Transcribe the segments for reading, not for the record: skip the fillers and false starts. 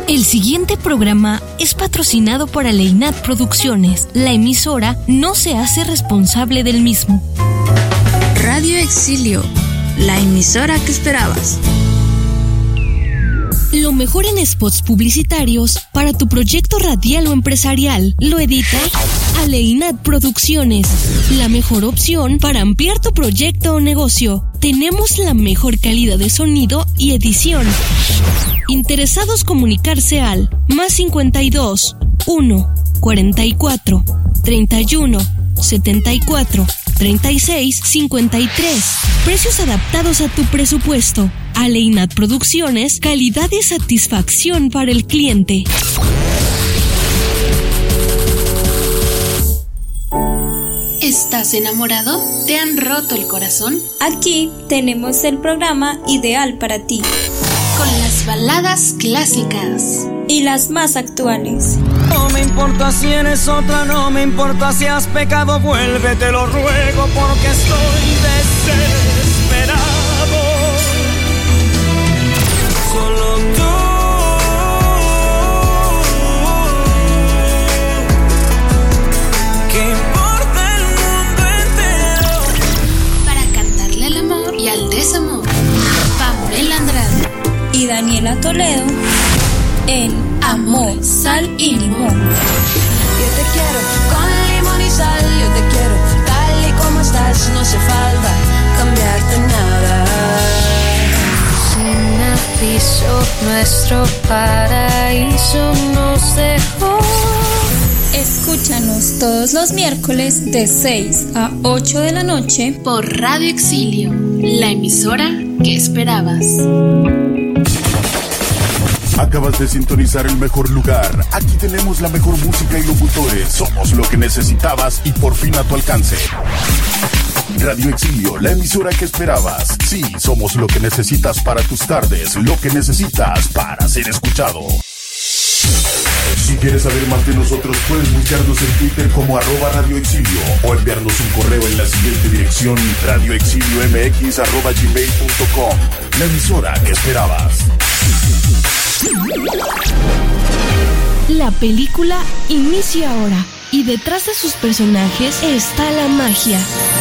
El siguiente programa es patrocinado por Aleinat Producciones. La emisora no se hace responsable del mismo. Radio Exilio, la emisora que esperabas. Lo mejor en spots publicitarios para tu proyecto radial o empresarial lo edita Aleinat Producciones, la mejor opción para ampliar tu proyecto o negocio. Tenemos la mejor calidad de sonido y edición. Interesados comunicarse al +52 1 44 31 74 36 53. Precios adaptados a tu presupuesto. Aleinat Producciones, calidad y satisfacción para el cliente. ¿Estás enamorado? ¿Te han roto el corazón? Aquí tenemos el programa ideal para ti. Con las baladas clásicas y las más actuales. No me importa si eres otra, no me importa si has pecado, vuelve, te lo ruego porque estoy desesperado. Solo tú. ¿Qué importa el mundo entero? Para cantarle al amor y al desamor, Pamela Andrade y Daniela Toledo en Amor, Sal y Limón. Yo te quiero con limón y sal, yo te quiero tal y como estás, no hace falta cambiarte nada. Sin aviso, nuestro paraíso nos dejó. Escúchanos todos los miércoles de 6 a 8 de la noche por Radio Exilio, la emisora que esperabas. Acabas de sintonizar el mejor lugar. Aquí tenemos la mejor música y locutores. Somos lo que necesitabas y por fin a tu alcance. Radio Exilio, la emisora que esperabas. Sí, somos lo que necesitas para tus tardes, lo que necesitas para ser escuchado. Si quieres saber más de nosotros, puedes buscarnos en Twitter como @radioexilio o enviarnos un correo en la siguiente dirección: radioexiliomx@gmail.com. La emisora que esperabas. La película inicia ahora y detrás de sus personajes está la magia.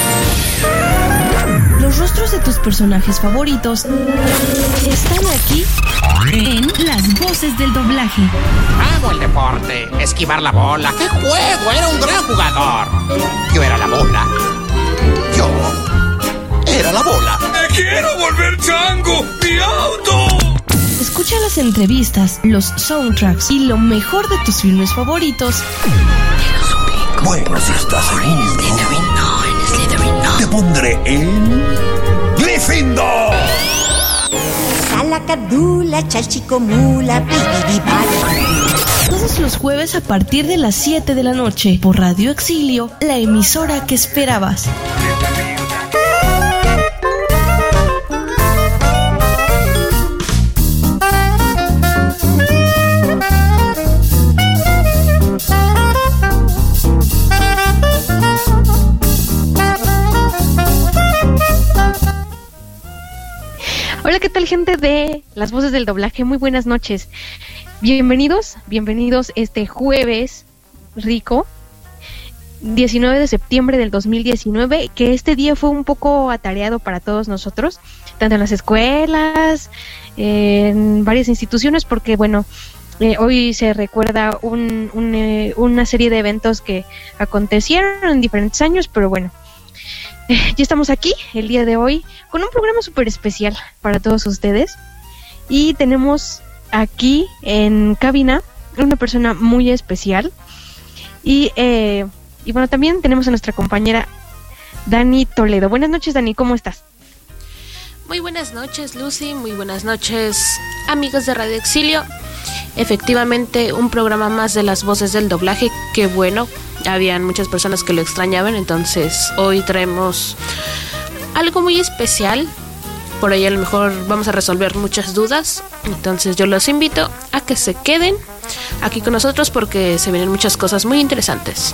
Los rostros de tus personajes favoritos están aquí en Las Voces del Doblaje. Amo el deporte, esquivar la bola. ¡Qué juego! Era un gran jugador. Yo era la bola. Yo era la bola. ¡Me quiero volver chango! ¡Mi auto! Escucha las entrevistas, los soundtracks y lo mejor de tus filmes favoritos. Bueno, si estás en Slytherin no. te pondré en Gryffindor. Salacadula, chalchicomula, bibibibala. Todos los jueves a partir de las 7 de la noche por Radio Exilio, la emisora que esperabas. Hola, ¿qué tal, gente de Las Voces del Doblaje? Muy buenas noches. Bienvenidos este jueves rico, 19 de septiembre del 2019, que este día fue un poco atareado para todos nosotros, tanto en las escuelas, en varias instituciones, porque bueno, hoy se recuerda una serie de eventos que acontecieron en diferentes años, pero bueno. Ya estamos aquí el día de hoy con un programa súper especial para todos ustedes y tenemos aquí en cabina una persona muy especial y bueno, también tenemos a nuestra compañera Dani Toledo. Buenas noches, Dani, ¿cómo estás? Muy buenas noches, Lucy, muy buenas noches, amigos de Radio Exilio. Efectivamente, un programa más de Las Voces del Doblaje, que bueno, habían muchas personas que lo extrañaban, entonces hoy traemos algo muy especial. Por ahí a lo mejor vamos a resolver muchas dudas, entonces yo los invito a que se queden aquí con nosotros porque se vienen muchas cosas muy interesantes.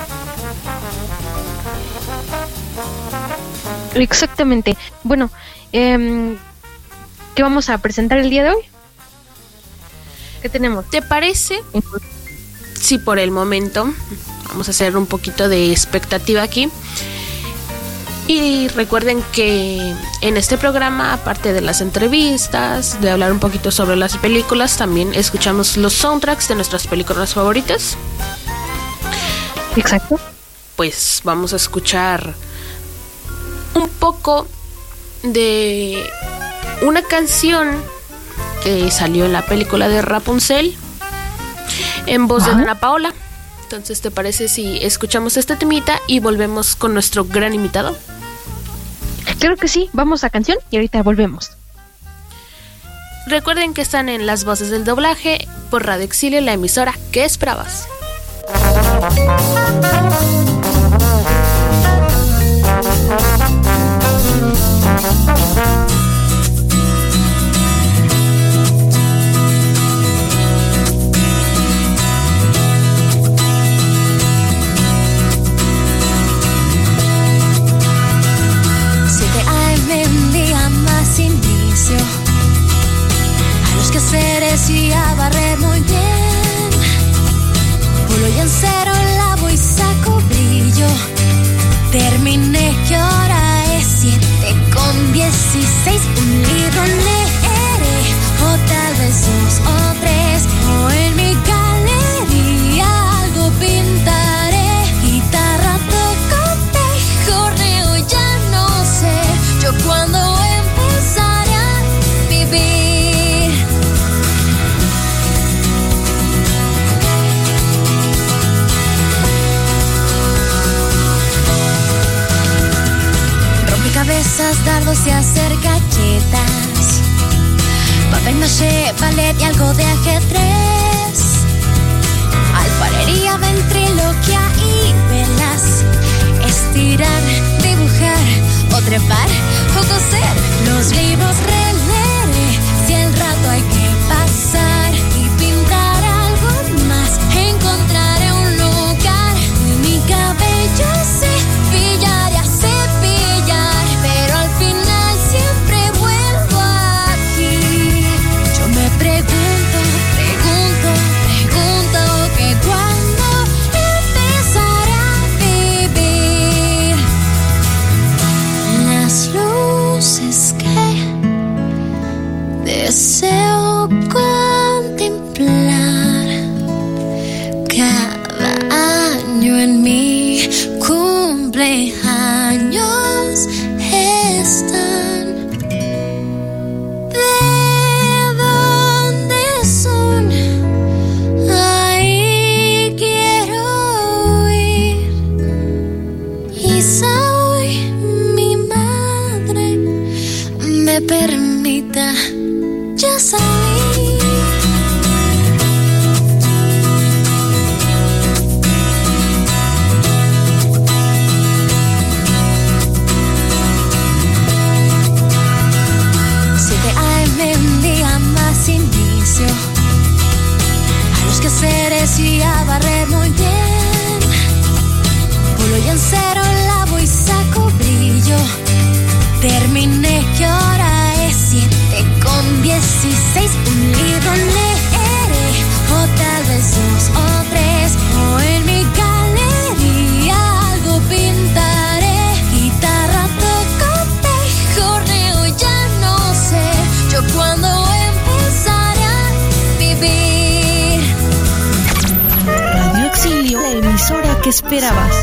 Exactamente. Bueno, ¿qué vamos a presentar el día de hoy? ¿Qué tenemos? ¿Te parece? Sí, por el momento. Vamos a hacer un poquito de expectativa aquí. Y recuerden que en este programa, aparte de las entrevistas, de hablar un poquito sobre las películas, también escuchamos los soundtracks de nuestras películas favoritas. Exacto. Pues vamos a escuchar un poco de una canción que salió en la película de Rapunzel en voz de Dana Paola. Entonces, ¿te parece si escuchamos esta temita y volvemos con nuestro gran invitado? Claro que sí, vamos a canción y ahorita volvemos. Recuerden que están en Las Voces del Doblaje por Radio Exilio, la emisora que esperabas. A los quehaceres y a barrer muy bien. Pulo y encero, lavo y saco brillo. Terminé, ¿qué hora es? 7:16. Un libro leeré, o tal vez 2 o 3. O en mi galería algo pintaré. Guitarra toco, tejorreo, ya no sé yo cuándo empezaré a vivir. Rompecabezas, dardos y hacer galletas. Papel maché, ballet y algo de ajedrez. Alfarería, ventriloquia y velas. Estirar, dibujar o trepar o coser. Los libros releeré si el rato hay que pasar. Y pintar algo más. Encontraré un lugar. Y mi cabello cepillar y a cepillar. Pero al final siempre vuelvo aquí. Yo me pregunto que cuando empezaré a vivir. Las luces que deseo contemplar cada año en mi cumpleaños están. ¿De dónde son? Ahí quiero ir. Quizá hoy mi madre me permita ya salir. Un día más inicio a los quehaceres y a barrer muy bien. Pulo y encero, lavo y saco brillo. Terminé, ¿qué hora es? 7:16. Un libro leeré, o tal vez 2 o 3. O en mi galería algo pintaré. Guitarra toco, tejorreo, ya no sé yo cuándo empezaré a vivir. Radio Exilio, la emisora que esperabas.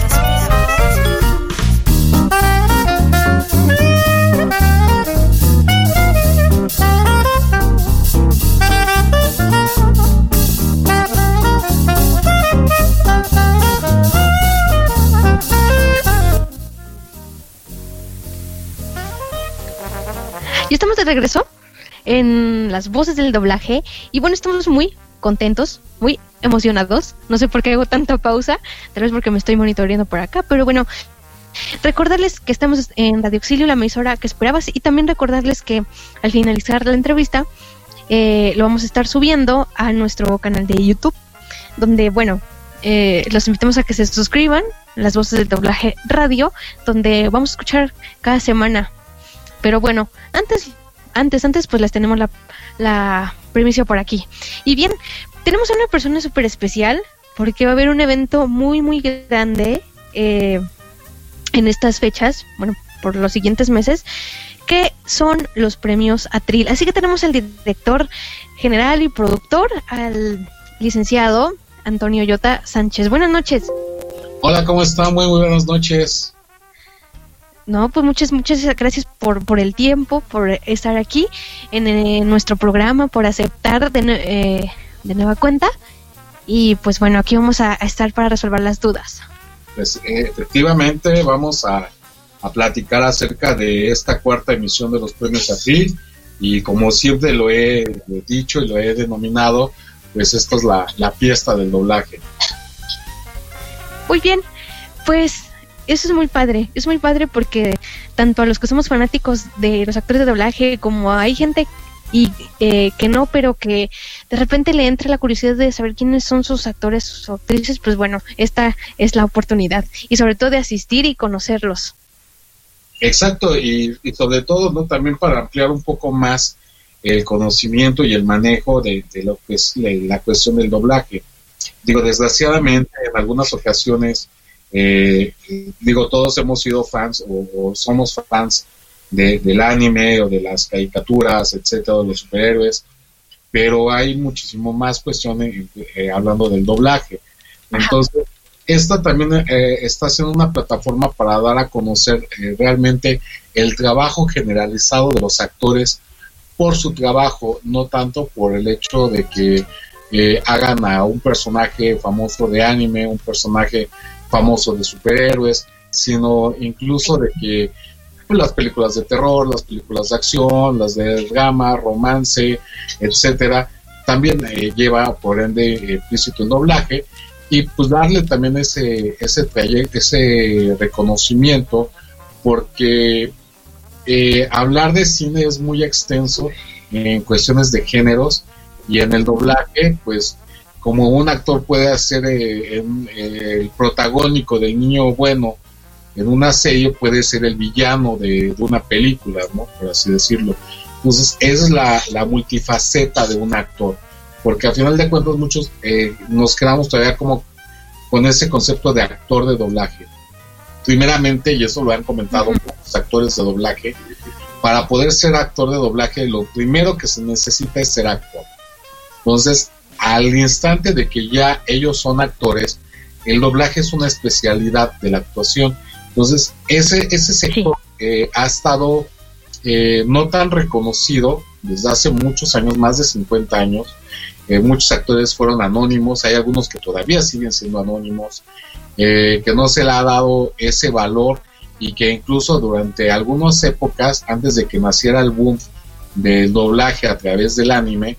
Ya estamos de regreso en Las Voces del Doblaje y bueno, estamos muy contentos, muy emocionados. No sé por qué hago tanta pausa, tal vez porque me estoy monitoreando por acá, pero bueno, recordarles que estamos en Radio Exilio, la emisora que esperabas, y también recordarles que al finalizar la entrevista lo vamos a estar subiendo a nuestro canal de YouTube, donde bueno, los invitamos a que se suscriban, Las Voces del Doblaje Radio, donde vamos a escuchar cada semana. Pero bueno, antes pues les tenemos la primicia por aquí. Y bien, tenemos a una persona súper especial porque va a haber un evento muy, muy grande en estas fechas, bueno, por los siguientes meses, que son los premios Atril. Así que tenemos al director general y productor, al licenciado Antonio Yota Sánchez. Buenas noches. Hola, ¿cómo están? Muy buenas noches. No, pues muchas gracias por el tiempo, por estar aquí en nuestro programa, por aceptar de nueva cuenta. Y pues bueno, aquí vamos a estar para resolver las dudas. Pues efectivamente vamos a platicar acerca de esta cuarta emisión de los premios Atril. Y como siempre lo he dicho y lo he denominado, pues esto es la fiesta del doblaje. Muy bien, pues eso es muy padre porque tanto a los que somos fanáticos de los actores de doblaje como hay gente y que no, pero que de repente le entra la curiosidad de saber quiénes son sus actores, sus actrices, pues bueno, esta es la oportunidad y sobre todo de asistir y conocerlos. Exacto, y sobre todo, ¿no?, también para ampliar un poco más el conocimiento y el manejo de lo que es la cuestión del doblaje. Digo, desgraciadamente en algunas ocasiones todos hemos sido fans o somos fans del anime o de las caricaturas, etcétera, de los superhéroes, pero hay muchísimo más cuestiones hablando del doblaje. Entonces, esta también está siendo una plataforma para dar a conocer realmente el trabajo generalizado de los actores por su trabajo, no tanto por el hecho de que hagan a un personaje famoso de anime, un personaje famoso de superhéroes, sino incluso de que las películas de terror, las películas de acción, las de drama, romance, etcétera, también lleva por ende implícito el doblaje, y pues darle también ese reconocimiento, porque hablar de cine es muy extenso en cuestiones de géneros, y en el doblaje, pues como un actor puede hacer el protagónico del niño bueno en una serie, puede ser el villano de una película, ¿no?, por así decirlo. Entonces esa es la multifaceta de un actor, porque al final de cuentas muchos nos quedamos todavía como con ese concepto de actor de doblaje. Primeramente, y eso lo han comentado los actores de doblaje, para poder ser actor de doblaje lo primero que se necesita es ser actor. Entonces, al instante de que ya ellos son actores, el doblaje es una especialidad de la actuación. Entonces, ese sector ha estado no tan reconocido desde hace muchos años, más de 50 años. Muchos actores fueron anónimos, hay algunos que todavía siguen siendo anónimos, que no se le ha dado ese valor, y que incluso durante algunas épocas, antes de que naciera el boom del doblaje a través del anime,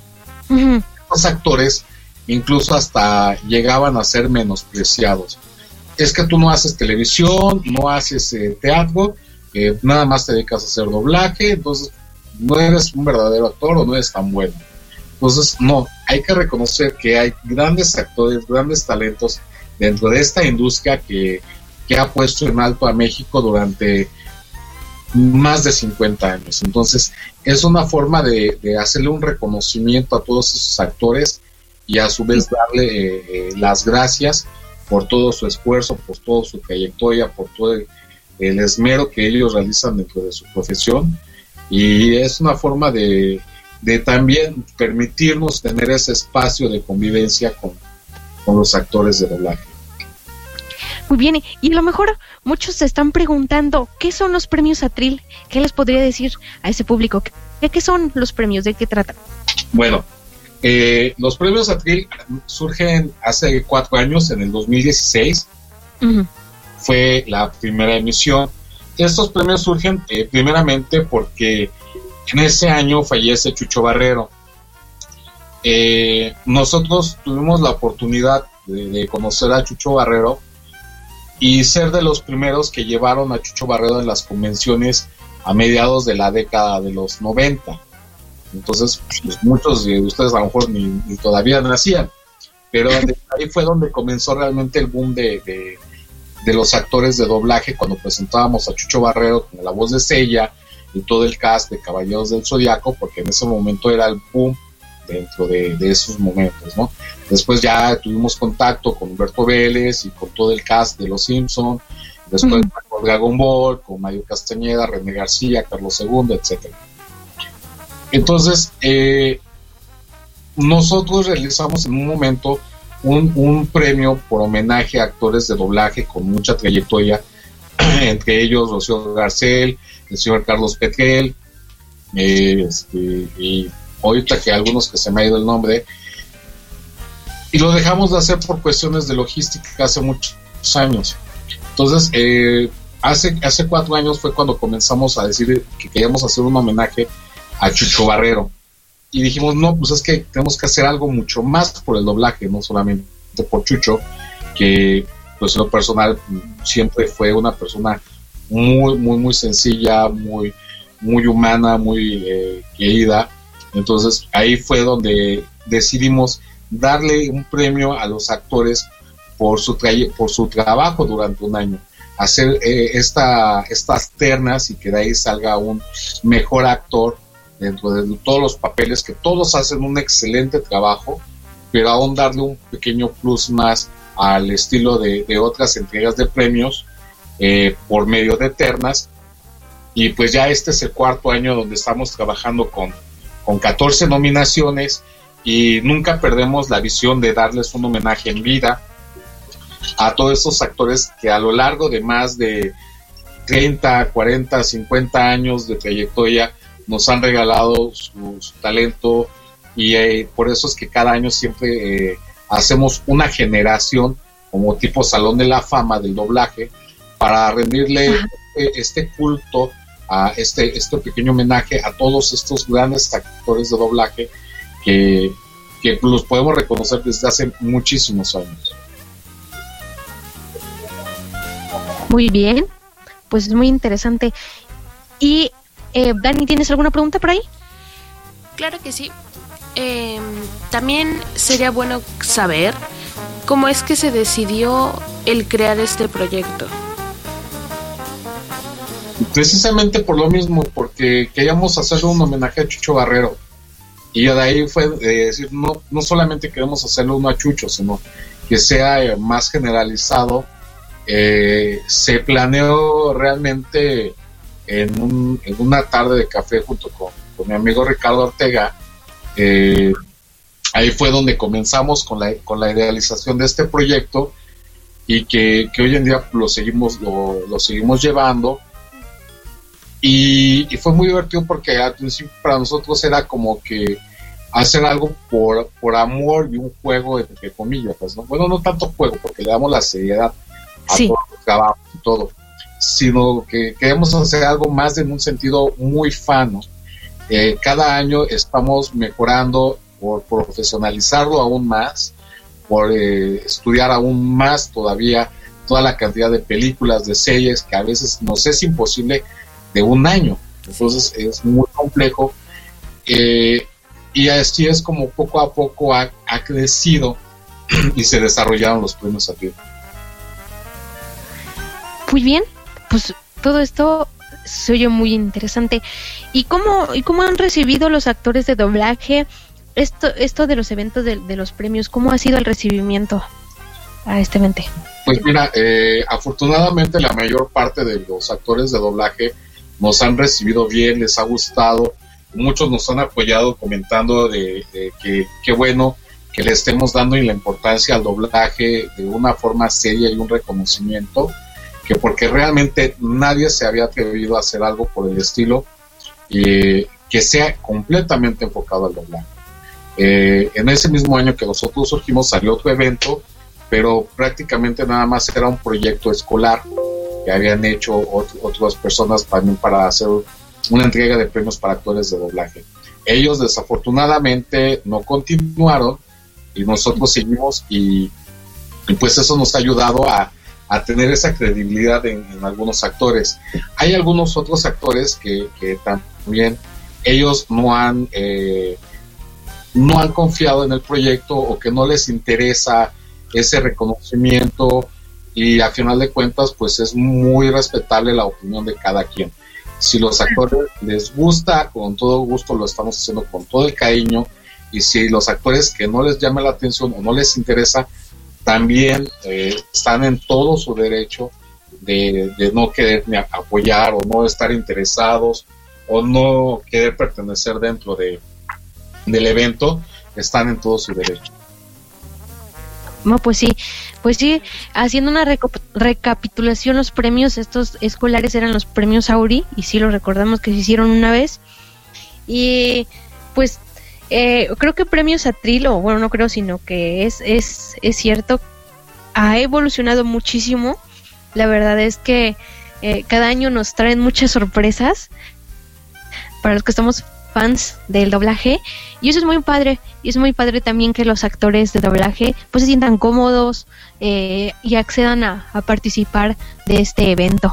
los actores incluso hasta llegaban a ser menospreciados. Es que tú no haces televisión, no haces teatro, nada más te dedicas a hacer doblaje, entonces no eres un verdadero actor o no eres tan bueno. Entonces, no, hay que reconocer que hay grandes actores, grandes talentos dentro de esta industria que ha puesto en alto a México durante más de 50 años. Entonces, es una forma de hacerle un reconocimiento a todos esos actores y a su vez darle las gracias por todo su esfuerzo, por toda su trayectoria, por todo el esmero que ellos realizan dentro de su profesión, y es una forma de también permitirnos tener ese espacio de convivencia con los actores de doblaje. Muy bien, y a lo mejor muchos se están preguntando, ¿qué son los premios Atril? ¿Qué les podría decir a ese público? ¿Qué son los premios? ¿De qué tratan? Bueno, los premios Atril surgen hace 4 años, en el 2016. Fue la primera emisión. Estos premios surgen primeramente porque en ese año fallece Chucho Barrero. Nosotros tuvimos la oportunidad de conocer a Chucho Barrero y ser de los primeros que llevaron a Chucho Barrero en las convenciones a mediados de la década de los 90. Entonces, pues, muchos de ustedes a lo mejor ni todavía nacían, pero ahí fue donde comenzó realmente el boom de los actores de doblaje, cuando presentábamos a Chucho Barrero con la voz de Sella y todo el cast de Caballeros del Zodiaco, porque en ese momento era el boom dentro de esos momentos, ¿no? Después ya tuvimos contacto con Humberto Vélez y con todo el cast de Los Simpson, después con Dragon Ball, con Mario Castañeda, René García, Carlos II, etcétera. Entonces, nosotros realizamos en un momento un premio por homenaje a actores de doblaje con mucha trayectoria, entre ellos Rocío Garcel, el señor Carlos Petrel, y ahorita que algunos que se me ha ido el nombre, y lo dejamos de hacer por cuestiones de logística hace muchos años. Entonces, hace 4 años fue cuando comenzamos a decir que queríamos hacer un homenaje a Chucho Barrero, y dijimos, no, pues es que tenemos que hacer algo mucho más por el doblaje, no solamente por Chucho, que pues en lo personal siempre fue una persona muy, muy, muy sencilla, muy, muy humana, muy querida. Entonces ahí fue donde decidimos darle un premio a los actores por su trabajo durante un año, hacer estas ternas y que de ahí salga un mejor actor dentro de todos los papeles, que todos hacen un excelente trabajo, pero aún darle un pequeño plus más al estilo de otras entregas de premios por medio de ternas. Y pues ya este es el 4º año donde estamos trabajando con 14 nominaciones, y nunca perdemos la visión de darles un homenaje en vida a todos esos actores que a lo largo de más de 30, 40, 50 años de trayectoria nos han regalado su talento, y por eso es que cada año siempre hacemos una generación como tipo Salón de la Fama del doblaje, para rendirle este culto, a este pequeño homenaje a todos estos grandes actores de doblaje que los podemos reconocer desde hace muchísimos años. Muy bien, pues es muy interesante. Y Dani, ¿tienes alguna pregunta por ahí? Claro que sí. También sería bueno saber cómo es que se decidió el crear este proyecto. Precisamente por lo mismo, porque queríamos hacerle un homenaje a Chucho Barrero, y de ahí fue decir, no solamente queremos hacerle uno a Chucho, sino que sea más generalizado. Se planeó realmente en una tarde de café junto con mi amigo Ricardo Ortega. Ahí fue donde comenzamos con la idealización de este proyecto, y que hoy en día lo seguimos llevando, y fue muy divertido, porque al principio para nosotros era como que hacer algo por amor y un juego entre comillas, pues, ¿no? Bueno, no tanto juego, porque le damos la seriedad a todo el trabajo y todo, sino que queremos hacer algo más en un sentido muy fan, ¿no? Cada año estamos mejorando por profesionalizarlo aún más, por estudiar aún más todavía toda la cantidad de películas, de series, que a veces nos es imposible de un año. Entonces es muy complejo, y así es como poco a poco ha crecido y se desarrollaron los premios Satir. Muy bien, pues todo esto se oye muy interesante. ¿Y cómo han recibido los actores de doblaje esto de los eventos de los premios? ¿Cómo ha sido el recibimiento a este evento? Pues mira, afortunadamente la mayor parte de los actores de doblaje nos han recibido bien, les ha gustado. Muchos nos han apoyado comentando de que qué bueno que le estemos dando y la importancia al doblaje de una forma seria y un reconocimiento, que porque realmente nadie se había atrevido a hacer algo por el estilo, que sea completamente enfocado al doblaje. En ese mismo año que nosotros surgimos salió otro evento, pero prácticamente nada más era un proyecto escolar que habían hecho otras personas también para hacer una entrega de premios para actores de doblaje. Ellos desafortunadamente no continuaron, y nosotros seguimos, y pues eso nos ha ayudado a tener esa credibilidad en algunos actores. Hay algunos otros actores que también ellos no han confiado en el proyecto, o que no les interesa ese reconocimiento, y a final de cuentas pues es muy respetable la opinión de cada quien. Si los actores les gusta, con todo gusto lo estamos haciendo con todo el cariño, y si los actores que no les llama la atención o no les interesa, también están en todo su derecho de no querer ni apoyar o no estar interesados o no querer pertenecer dentro del evento, están en todo su derecho. No, pues sí, haciendo una recapitulación, los premios estos escolares eran los premios Auri, y sí lo recordamos que se hicieron una vez, y pues creo que premios Atril, o bueno, no creo, sino que es cierto, ha evolucionado muchísimo. La verdad es que cada año nos traen muchas sorpresas para los que estamos fans del doblaje, y eso es muy padre, y es muy padre también que los actores de doblaje pues se sientan cómodos y accedan a participar de este evento.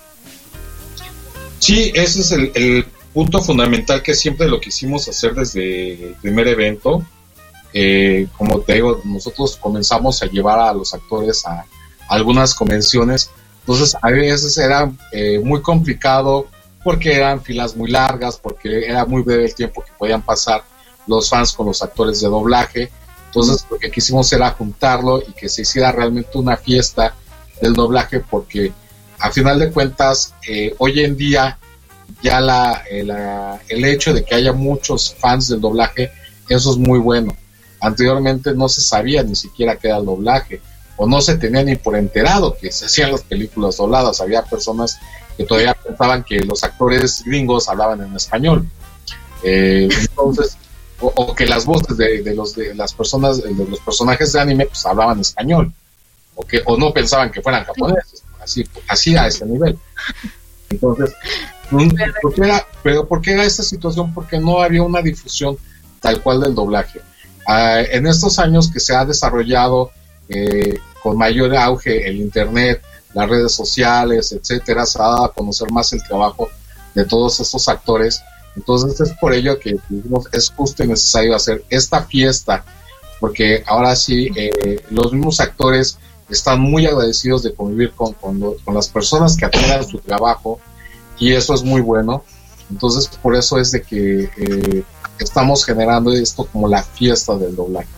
Sí, ese es el punto fundamental, que siempre lo quisimos hacer desde el primer evento. Como te digo, nosotros comenzamos a llevar a los actores a algunas convenciones, entonces a veces era muy complicado porque eran filas muy largas, porque era muy breve el tiempo que podían pasar los fans con los actores de doblaje. Entonces lo que quisimos era juntarlo y que se hiciera realmente una fiesta del doblaje, porque a final de cuentas hoy en día ya el hecho de que haya muchos fans del doblaje, eso es muy bueno. Anteriormente no se sabía ni siquiera qué era el doblaje, o no se tenía ni por enterado que se hacían las películas dobladas. Había personas que todavía pensaban que los actores gringos hablaban en español, entonces o que las voces de las personas, de los personajes de anime, pues hablaban español, o no pensaban que fueran japoneses, así a ese nivel. Entonces, ¿por qué era esta situación? Porque no había una difusión tal cual del doblaje. En estos años que se ha desarrollado con mayor auge el internet, las redes sociales, etcétera, se ha dado a conocer más el trabajo de todos estos actores. Entonces es por ello que es justo y necesario hacer esta fiesta, porque ahora sí los mismos actores están muy agradecidos de convivir con las personas que admiran su trabajo, y eso es muy bueno. Entonces por eso es de que estamos generando esto como la fiesta del doblaje.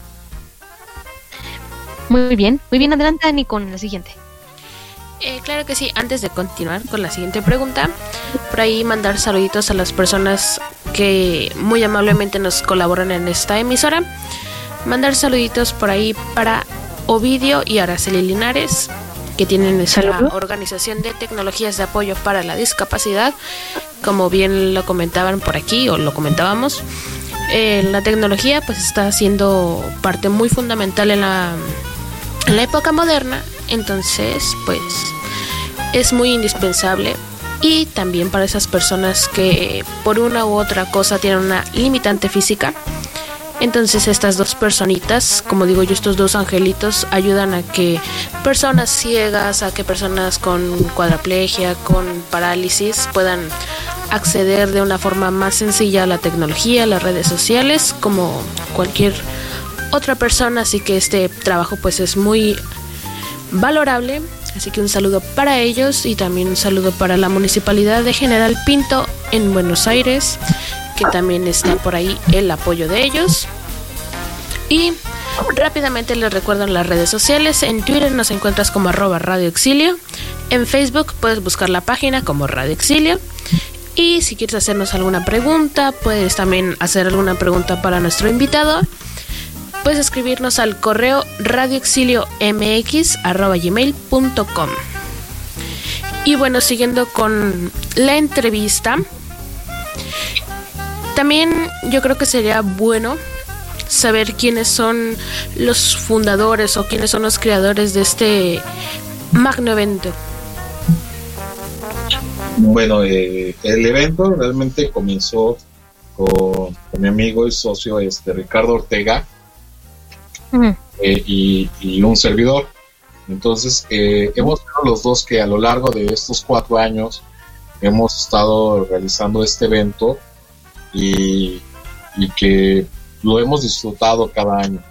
Muy bien, adelante Dani con la siguiente. Claro que sí, antes de continuar con la siguiente pregunta, por ahí mandar saluditos a las personas que muy amablemente nos colaboran en esta emisora. Mandar saluditos por ahí para Ovidio y Araceli Linares, que tienen esta organización de tecnologías de apoyo para la discapacidad. Como bien lo comentaban por aquí, o lo comentábamos, la tecnología pues está siendo parte muy fundamental en la época moderna. Entonces pues es muy indispensable, y también para esas personas que por una u otra cosa tienen una limitante física. Entonces estas dos personitas, como digo yo, estos dos angelitos, ayudan a que personas ciegas, a que personas con cuadraplegia, con parálisis, puedan acceder de una forma más sencilla a la tecnología, a las redes sociales, como cualquier otra persona. Así que este trabajo pues es muy valorable, así que un saludo para ellos, y también un saludo para la Municipalidad de General Pinto en Buenos Aires, que también está por ahí el apoyo de ellos. Y rápidamente les recuerdo en las redes sociales: en Twitter nos encuentras como @radioexilio, en Facebook puedes buscar la página como Radio Exilio, y si quieres hacernos alguna pregunta, puedes también hacer alguna pregunta para nuestro invitado. Puedes escribirnos al correo radioexiliomx@gmail.com. Y bueno, siguiendo con la entrevista, también yo creo que sería bueno saber quiénes son los fundadores o quiénes son los creadores de este magno evento. Bueno, el evento realmente comenzó con mi amigo y socio Ricardo Ortega, y un servidor. Entonces hemos sido los dos que a lo largo de estos 4 años hemos estado realizando este evento, y que lo hemos disfrutado cada año.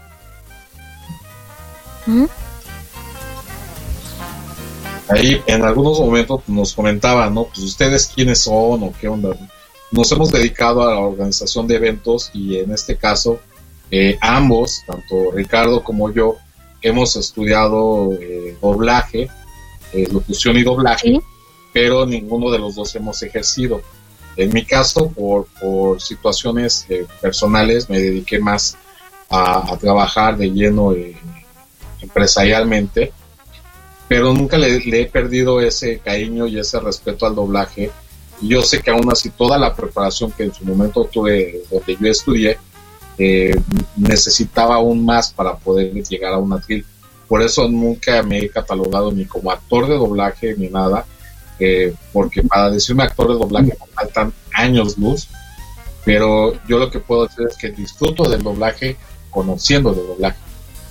Ahí en algunos momentos nos comentaban, ¿no? Pues ustedes quiénes son o qué onda. Nos hemos dedicado a la organización de eventos, y en este caso Ambos, tanto Ricardo como yo, hemos estudiado doblaje, locución y doblaje, ¿sí? Pero ninguno de los dos hemos ejercido. En mi caso, por situaciones personales, me dediqué más a trabajar de lleno empresarialmente, pero nunca le he perdido ese cariño y ese respeto al doblaje. Y yo sé que aún así toda la preparación que en su momento tuve, donde yo estudié, necesitaba aún más para poder llegar a un atril. Por eso nunca me he catalogado ni como actor de doblaje ni nada, porque para decirme actor de doblaje me faltan años luz, pero yo lo que puedo decir es que disfruto del doblaje conociendo de doblaje.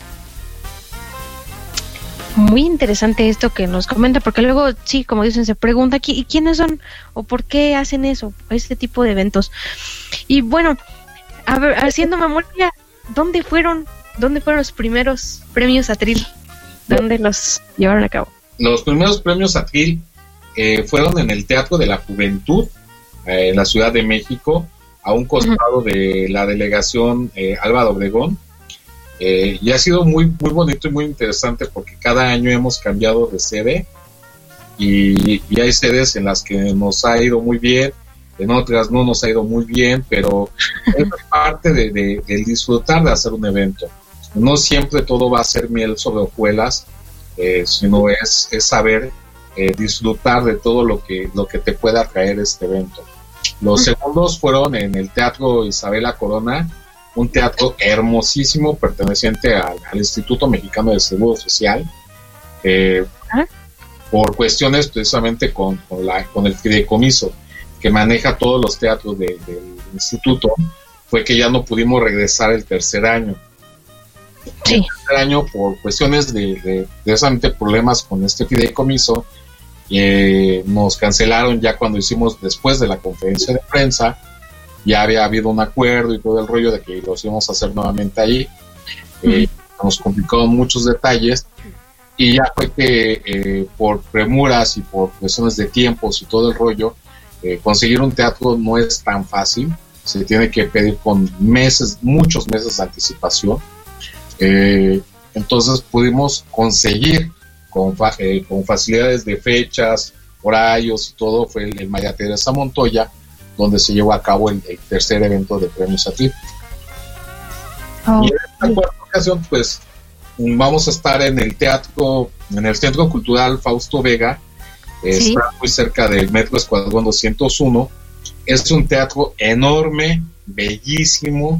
Muy interesante esto que nos comenta, porque luego, sí, como dicen, se pregunta ¿y quiénes son? ¿O por qué hacen eso? Este tipo de eventos. Y bueno, a ver, haciendo memoria, ¿dónde fueron los primeros premios Atril? ¿Dónde los llevaron a cabo? Los primeros premios Atril fueron en el Teatro de la Juventud, en la Ciudad de México, a un costado de la delegación Álvaro Obregón. Y ha sido muy, muy bonito y muy interesante porque cada año hemos cambiado de sede y hay sedes en las que nos ha ido muy bien, en otras no nos ha ido muy bien, pero es parte del disfrutar de hacer un evento. No siempre todo va a ser miel sobre hojuelas, sino es saber disfrutar de todo lo que te pueda traer este evento. Los segundos fueron en el Teatro Isabela Corona, un teatro hermosísimo perteneciente al Instituto Mexicano de Seguro Social, por cuestiones precisamente con el fideicomiso que maneja todos los teatros del instituto, fue que ya no pudimos regresar el tercer año. Sí. El tercer año, por cuestiones de precisamente problemas con este fideicomiso, nos cancelaron ya cuando hicimos después de la conferencia de prensa. Ya había habido un acuerdo y todo el rollo de que los íbamos a hacer nuevamente ahí. Nos complicaron muchos detalles y ya fue que por premuras y por cuestiones de tiempos y todo el rollo, conseguir un teatro no es tan fácil. Se tiene que pedir con muchos meses de anticipación. Entonces pudimos conseguir con facilidades de fechas, horarios y todo, fue el María Teresa Montoya, donde se llevó a cabo el tercer evento de Premios Atril. Y en esta cuarta ocasión, pues, vamos a estar en el Centro Cultural Fausto Vega, ¿sí? Está muy cerca del Metro Escuadrón 201. Es un teatro enorme, bellísimo.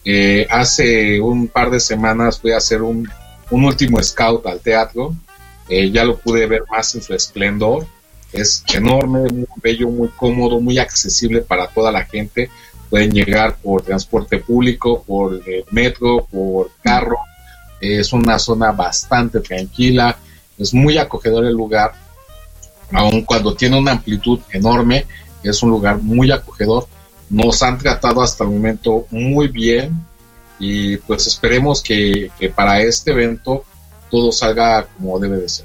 Hace un par de semanas fui a hacer un último scout al teatro. Ya lo pude ver más en su esplendor. Es enorme, muy bello, muy cómodo, muy accesible para toda la gente. Pueden llegar por transporte público, por metro, por carro. Es una zona bastante tranquila, es muy acogedor el lugar, aun cuando tiene una amplitud enorme, es un lugar muy acogedor. Nos han tratado hasta el momento muy bien y pues esperemos que para este evento todo salga como debe de ser.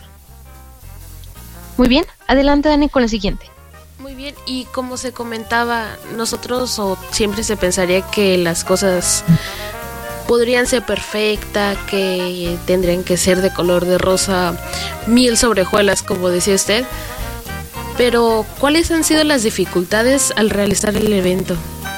Muy bien, adelante Dani con la siguiente. Muy bien, y como se comentaba, nosotros siempre se pensaría que las cosas podrían ser perfectas, que tendrían que ser de color de rosa, miel sobre hojuelas, como decía usted. Pero, ¿cuáles han sido las dificultades al realizar el evento?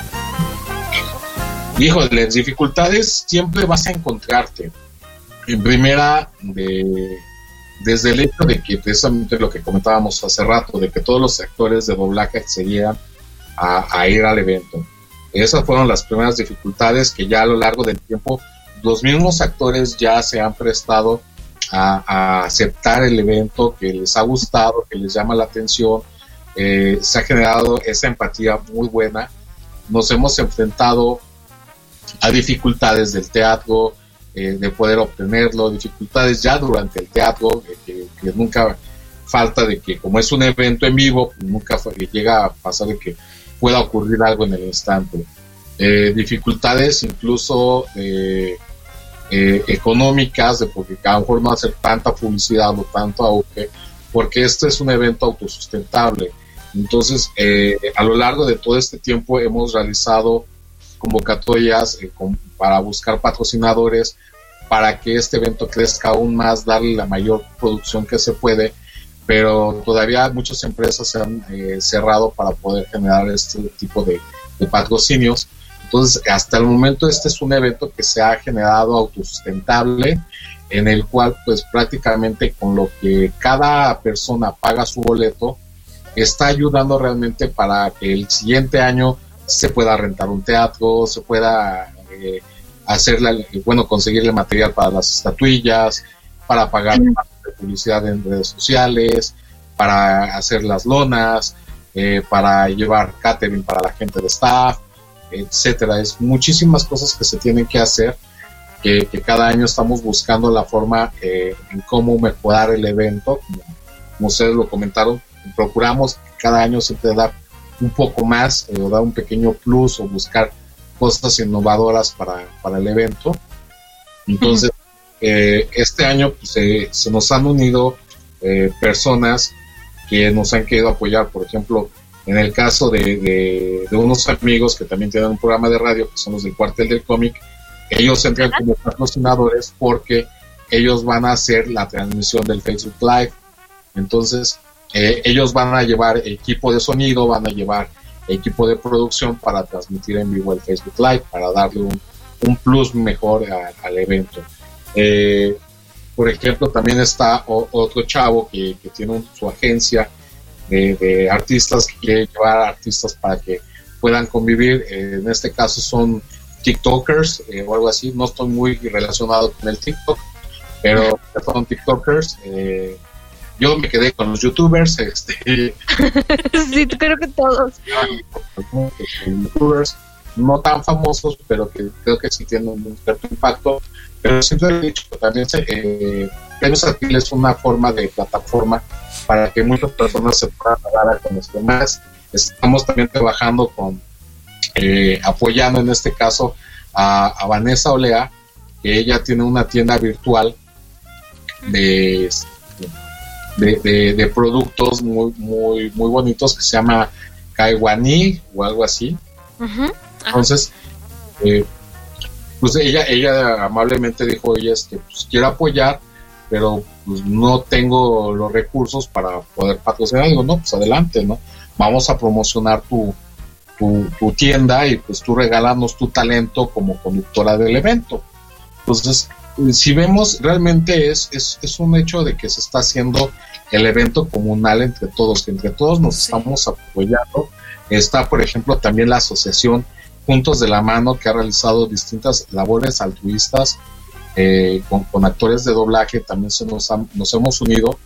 Híjole, las dificultades siempre vas a encontrarte. En primera, desde el hecho de que precisamente lo que comentábamos hace rato, de que todos los actores de doblaje accedían a ir al evento. Esas fueron las primeras dificultades que ya a lo largo del tiempo los mismos actores ya se han prestado a aceptar el evento, que les ha gustado, que les llama la atención. Se ha generado esa empatía muy buena. Nos hemos enfrentado a dificultades del teatro, de poder obtenerlo, dificultades ya durante el teatro, que nunca falta, de que como es un evento en vivo, nunca llega a pasar de que pueda ocurrir algo en el instante. Dificultades incluso económicas, de porque a lo mejor no hacer tanta publicidad o tanto auge, porque este es un evento autosustentable. Entonces, a lo largo de todo este tiempo hemos realizado convocatorias para buscar patrocinadores, para que este evento crezca aún más, darle la mayor producción que se puede, pero todavía muchas empresas se han cerrado para poder generar este tipo de patrocinios. Entonces, hasta el momento este es un evento que se ha generado autosustentable, en el cual pues prácticamente con lo que cada persona paga su boleto, está ayudando realmente para que el siguiente año se pueda rentar un teatro, se pueda conseguirle material para las estatuillas, para pagar de publicidad en redes sociales, para hacer las lonas, para llevar catering para la gente de staff, etcétera. Es muchísimas cosas que se tienen que hacer, que cada año estamos buscando la forma en cómo mejorar el evento, como ustedes lo comentaron. Procuramos cada año siempre dar un poco más, o dar un pequeño plus, o buscar cosas innovadoras para el evento. Entonces, este año pues, se nos han unido personas que nos han querido apoyar. Por ejemplo, en el caso de unos amigos que también tienen un programa de radio, que son los del Cuartel del Cómic, ellos entran como patrocinadores porque ellos van a hacer la transmisión del Facebook Live. Entonces, ellos van a llevar equipo de sonido, van a llevar equipo de producción para transmitir en vivo el Facebook Live, para darle un plus mejor al evento. Por ejemplo, también está otro chavo que tiene su agencia de artistas, que quiere llevar artistas para que puedan convivir. En este caso son TikTokers o algo así. No estoy muy relacionado con el TikTok, pero son TikTokers. Yo me quedé con los YouTubers. Sí, creo que todos. YouTubers no tan famosos, pero que creo que sí tienen un cierto impacto. Pero siempre he dicho que también Premios Atril es una forma de plataforma para que muchas personas se puedan dar a conocer más. Estamos también trabajando apoyando en este caso a Vanessa Olea, que ella tiene una tienda virtual de productos muy muy muy bonitos, que se llama Kaiwani o algo así. Entonces pues ella amablemente dijo, oye, pues quiero apoyar, pero pues no tengo los recursos para poder patrocinar. Digo, no, pues adelante, ¿no? Vamos a promocionar tu tienda, y pues tú regálanos tu talento como conductora del evento. Entonces, si vemos, realmente es un hecho de que se está haciendo el evento comunal entre todos, que entre todos nos estamos apoyando. Está, por ejemplo, también la asociación Juntos de la Mano, que ha realizado distintas labores altruistas con actores de doblaje. También nos hemos unido,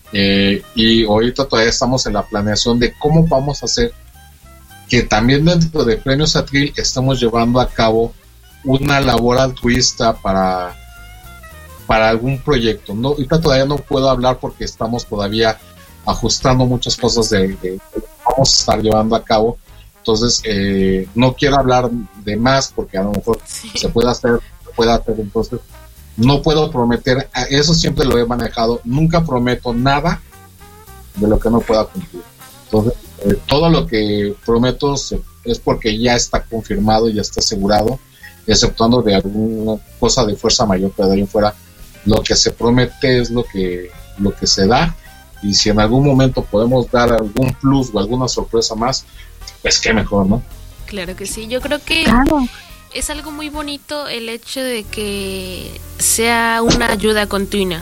y ahorita todavía estamos en la planeación de cómo vamos a hacer que también dentro de Premios Atril estamos llevando a cabo una labor altruista para algún proyecto. No, ahorita todavía no puedo hablar porque estamos todavía ajustando muchas cosas de vamos a estar llevando a cabo. Entonces, no quiero hablar de más porque a lo mejor se puede hacer. Entonces, no puedo prometer. Eso siempre lo he manejado. Nunca prometo nada de lo que no pueda cumplir. Entonces, todo lo que prometo es porque ya está confirmado, ya está asegurado, exceptuando de alguna cosa de fuerza mayor, pero de ahí en fuera lo que se promete es lo que se da. Y si en algún momento podemos dar algún plus o alguna sorpresa más, pues qué mejor, ¿no? Claro que sí. Yo creo que es algo muy bonito el hecho de que sea una ayuda continua,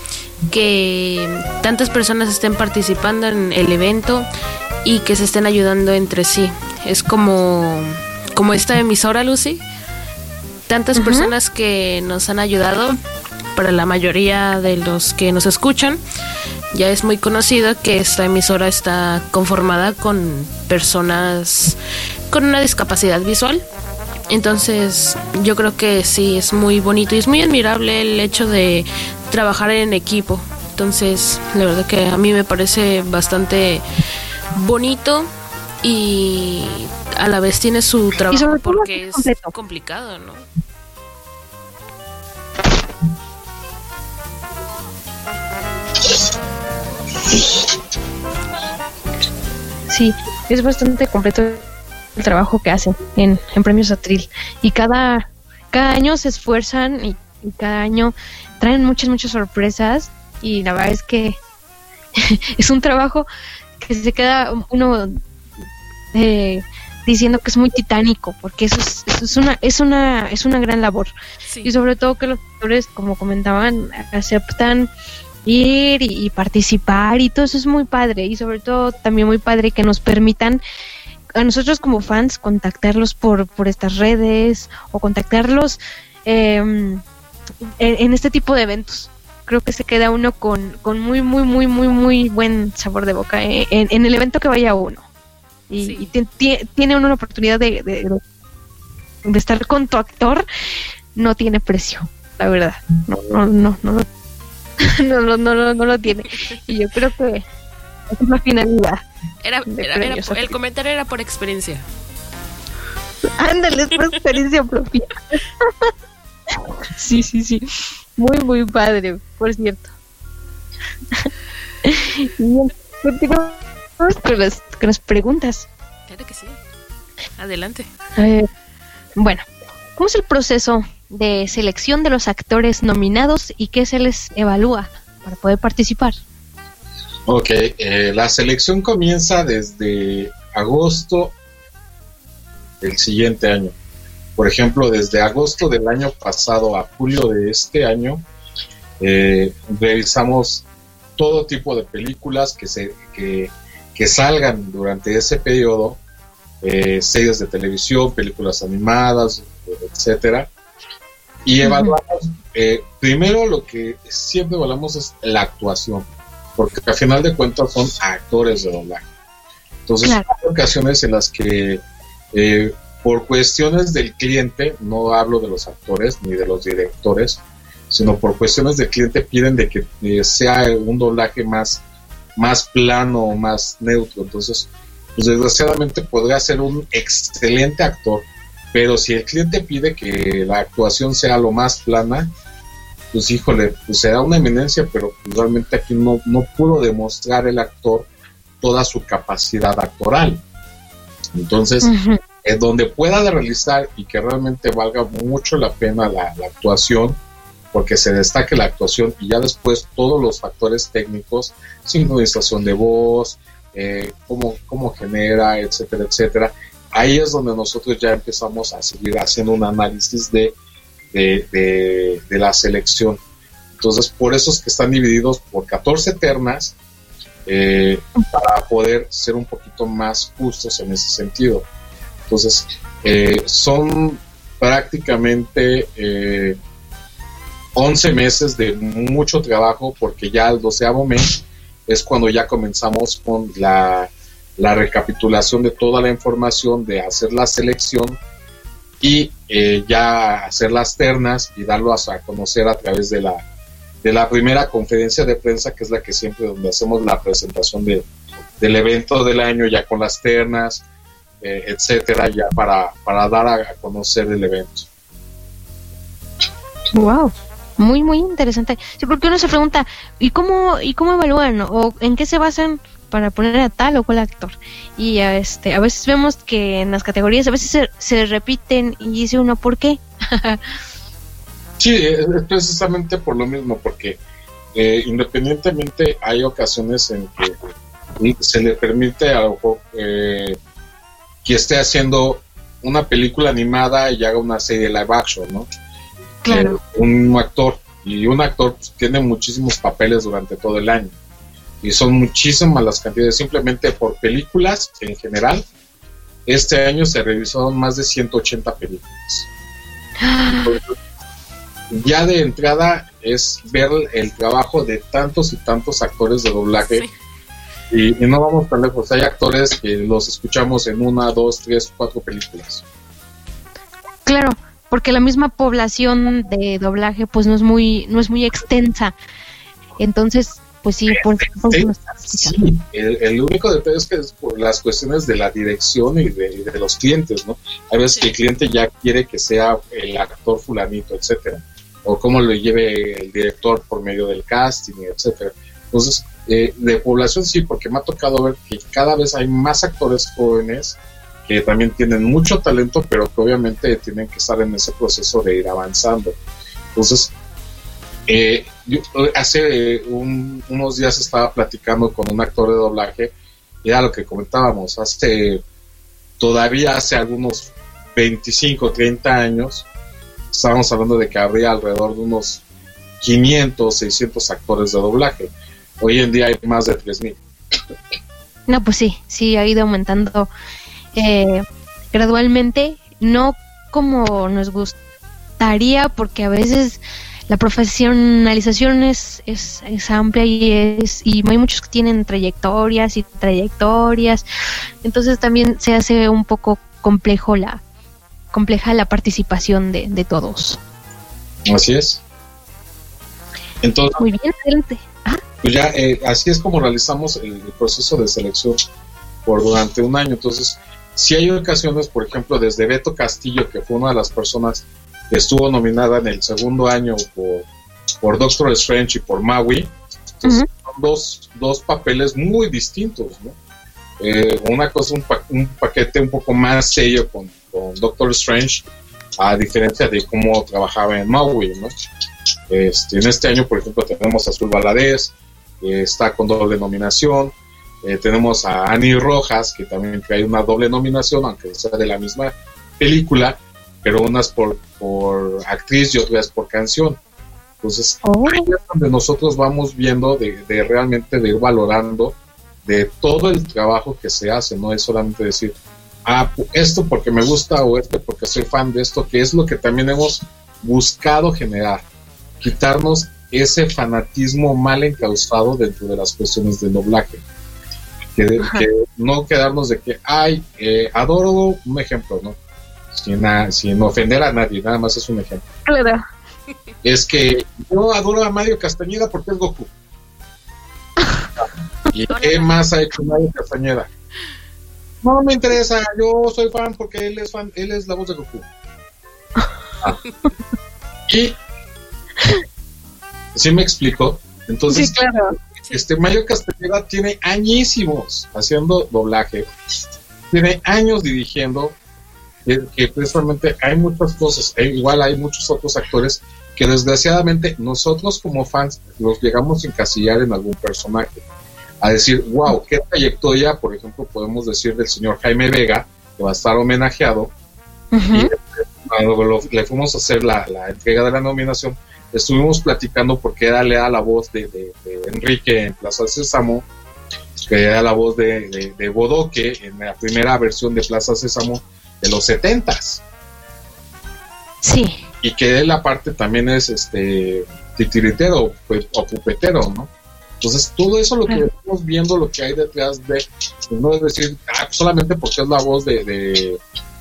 que tantas personas estén participando en el evento y que se estén ayudando entre sí. Es como esta emisora, Lucy, tantas personas que nos han ayudado. Para la mayoría de los que nos escuchan, ya es muy conocido que esta emisora está conformada con personas con una discapacidad visual. Entonces yo creo que sí, es muy bonito y es muy admirable el hecho de trabajar en equipo. Entonces la verdad que a mí me parece bastante bonito, y a la vez tiene su trabajo porque es complicado, ¿no? Sí, es bastante completo el trabajo que hacen en Premios Atril. Y cada año se esfuerzan y cada año traen muchas sorpresas, y la verdad es que es un trabajo que se queda uno diciendo que es muy titánico, porque eso es una gran labor. Sí. Y sobre todo que los actores, como comentaban, aceptan ir y participar, y todo eso es muy padre. Y sobre todo también muy padre que nos permitan a nosotros como fans contactarlos por estas redes, o contactarlos en este tipo de eventos. Creo que se queda uno con muy buen sabor de boca en el evento que vaya uno. Y tiene uno la oportunidad de estar con tu actor, no tiene precio, la verdad. No lo tiene. Y yo creo que esa es la finalidad. El comentario era por experiencia. Ándale, es por experiencia propia. Sí. Muy padre, por cierto. Bien, continuamos con las preguntas. Claro que sí. Adelante. Bueno, ¿cómo es el proceso de selección de los actores nominados y qué se les evalúa para poder participar? Ok, la selección comienza desde agosto del siguiente año. Por ejemplo, desde agosto del año pasado a julio de este año, revisamos todo tipo de películas que salgan durante ese periodo, series de televisión, películas animadas, etcétera, y evaluamos, primero lo que siempre evaluamos es la actuación, porque al final de cuentas son actores de doblaje. Entonces, claro, hay ocasiones en las que por cuestiones del cliente, no hablo de los actores ni de los directores, sino por cuestiones del cliente piden de que sea un doblaje más plano, más neutro. Entonces, pues desgraciadamente podría ser un excelente actor, pero si el cliente pide que la actuación sea lo más plana, pues híjole, pues será una eminencia, pero realmente aquí no pudo demostrar el actor toda su capacidad actoral. Entonces, donde pueda realizar y que realmente valga mucho la pena la actuación, porque se destaque la actuación y ya después todos los factores técnicos, sincronización de voz, cómo genera, etcétera, ahí es donde nosotros ya empezamos a seguir haciendo un análisis de la selección. Entonces, por eso es que están divididos por 14 ternas, para poder ser un poquito más justos en ese sentido. Entonces, son prácticamente 11 meses de mucho trabajo, porque ya el 12º mes es cuando ya comenzamos con la recapitulación de toda la información, de hacer la selección y ya hacer las ternas y darlo a conocer a través de la primera conferencia de prensa, que es la que siempre donde hacemos la presentación del evento del año, ya con las ternas, etcétera, ya para dar a conocer el evento. Wow, muy interesante. Sí, porque uno se pregunta, ¿y cómo evalúan o en qué se basan para poner a tal o cual actor? Y a veces vemos que en las categorías a veces se repiten y dice uno, ¿por qué? Sí, es precisamente por lo mismo, porque independientemente hay ocasiones en que se le permite a lo mejor que esté haciendo una película animada y haga una serie live action, ¿no? Claro. Un actor pues, tiene muchísimos papeles durante todo el año y son muchísimas las cantidades. Simplemente por películas en general, este año se revisaron más de 180 películas. Entonces, ya de entrada es ver el trabajo de tantos y tantos actores de doblaje. Sí. Y no vamos tan lejos, hay actores que los escuchamos en 1, 2, 3, 4 películas. Claro, porque la misma población de doblaje pues no es muy extensa. Entonces, pues sí, sí, el único detalle es que es por las cuestiones de la dirección y de los clientes, ¿no? Hay veces que el cliente ya quiere que sea el actor fulanito, etcétera, o cómo lo lleve el director por medio del casting, etcétera. Entonces, de población sí, porque me ha tocado ver que cada vez hay más actores jóvenes que también tienen mucho talento, pero que obviamente tienen que estar en ese proceso de ir avanzando. Entonces, yo hace unos días estaba platicando con un actor de doblaje, y era lo que comentábamos, todavía hace algunos 25, 30 años, estábamos hablando de que habría alrededor de unos 500, 600 actores de doblaje. Hoy en día hay más de 3,000. No, pues sí, ha ido aumentando gradualmente, no como nos gustaría, porque a veces la profesionalización es amplia y hay muchos que tienen trayectorias, entonces también se hace un poco compleja la participación de todos. Así es. Entonces, muy bien, adelante. Pues ya, así es como realizamos el proceso de selección durante un año. Entonces, si hay ocasiones, por ejemplo, desde Beto Castillo, que fue una de las personas que estuvo nominada en el segundo año por Doctor Strange y por Maui, entonces son dos papeles muy distintos, ¿no? Una cosa, un paquete un poco más serio con Doctor Strange, a diferencia de cómo trabajaba en Maui, ¿no? En este año, por ejemplo, tenemos a Azul Valadez, que está con doble nominación. Tenemos a Annie Rojas, que también trae una doble nominación, aunque sea de la misma película, pero unas por actriz y otras por canción. Entonces, ahí es donde nosotros vamos viendo de realmente de ir valorando de todo el trabajo que se hace. No es solamente decir, esto porque me gusta o esto porque soy fan de esto, que es lo que también hemos buscado generar, quitarnos ese fanatismo mal encauzado dentro de las cuestiones del doblaje, que no quedarnos de que adoro, un ejemplo, ¿no? Sin ofender a nadie, nada más es un ejemplo. Claro. Es que yo adoro a Mario Castañeda porque es Goku. ¿Y qué más ha hecho Mario Castañeda? No me interesa, yo soy fan porque él es la voz de Goku. Y ¿sí me explico? Entonces, sí, claro. Mario Castañeda tiene añísimos haciendo doblaje, tiene años dirigiendo, que precisamente hay muchas cosas, igual hay muchos otros actores que desgraciadamente nosotros como fans los llegamos a encasillar en algún personaje, a decir, wow, qué trayectoria, por ejemplo, podemos decir del señor Jaime Vega, que va a estar homenajeado, y cuando le fuimos a hacer la entrega de la nominación, estuvimos platicando porque era la voz de Enrique en Plaza Sésamo, que era la voz de Bodoque en la primera versión de Plaza Sésamo de los 70s. Sí. Y que él aparte también es titiritero o pupetero, ¿no? Entonces todo eso lo que estamos viendo, lo que hay detrás de, no es decir, solamente porque es la voz de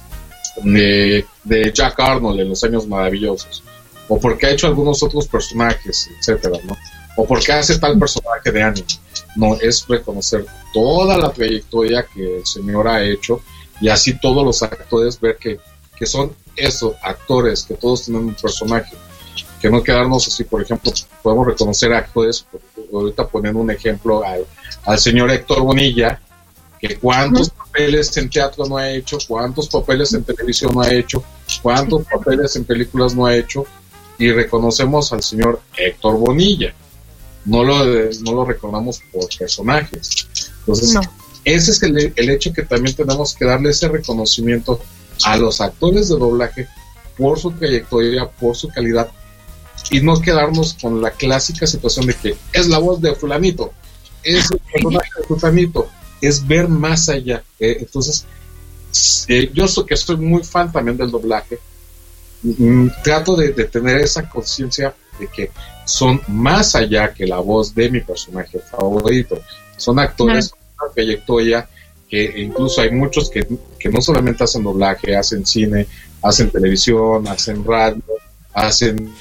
Jack Arnold en Los Años Maravillosos, o porque ha hecho algunos otros personajes, etcétera, ¿no? O porque hace tal personaje de anime. No, es reconocer toda la trayectoria que el señor ha hecho, y así todos los actores ver que son esos actores, que todos tienen un personaje, que no quedarnos así. Por ejemplo, podemos reconocer actores, ahorita poniendo un ejemplo al señor Héctor Bonilla, que cuántos papeles en teatro no ha hecho, cuántos papeles en televisión no ha hecho, cuántos papeles en películas no ha hecho, y reconocemos al señor Héctor Bonilla, no lo recordamos por personajes. Entonces, ese es el hecho, que también tenemos que darle ese reconocimiento a los actores de doblaje por su trayectoria, por su calidad, y no quedarnos con la clásica situación de que es la voz de fulanito, es el personaje de fulanito. Es ver más allá. Entonces, yo que soy muy fan también del doblaje, trato de tener esa conciencia de que son más allá que la voz de mi personaje favorito. Son actores con una trayectoria, que incluso hay muchos que no solamente hacen doblaje, hacen cine, hacen televisión, hacen radio, hacen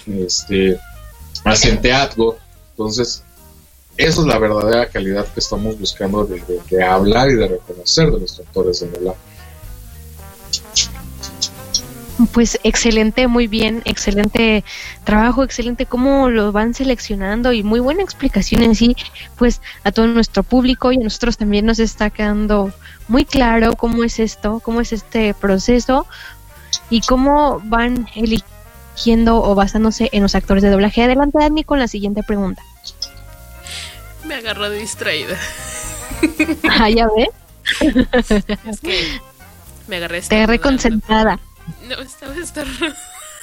teatro. Entonces, esa es la verdadera calidad que estamos buscando de hablar y de reconocer de los actores de doblaje. Pues excelente, muy bien, excelente trabajo, excelente cómo lo van seleccionando y muy buena explicación en sí, pues a todo nuestro público y a nosotros también nos está quedando muy claro cómo es esto, cómo es este proceso y cómo van eligiendo o basándose en los actores de doblaje. Adelante, Dani, con la siguiente pregunta. Me agarró distraída. Ah, ya ves. Es que me agarré. Te agarré concentrada. No, estaba estornudando.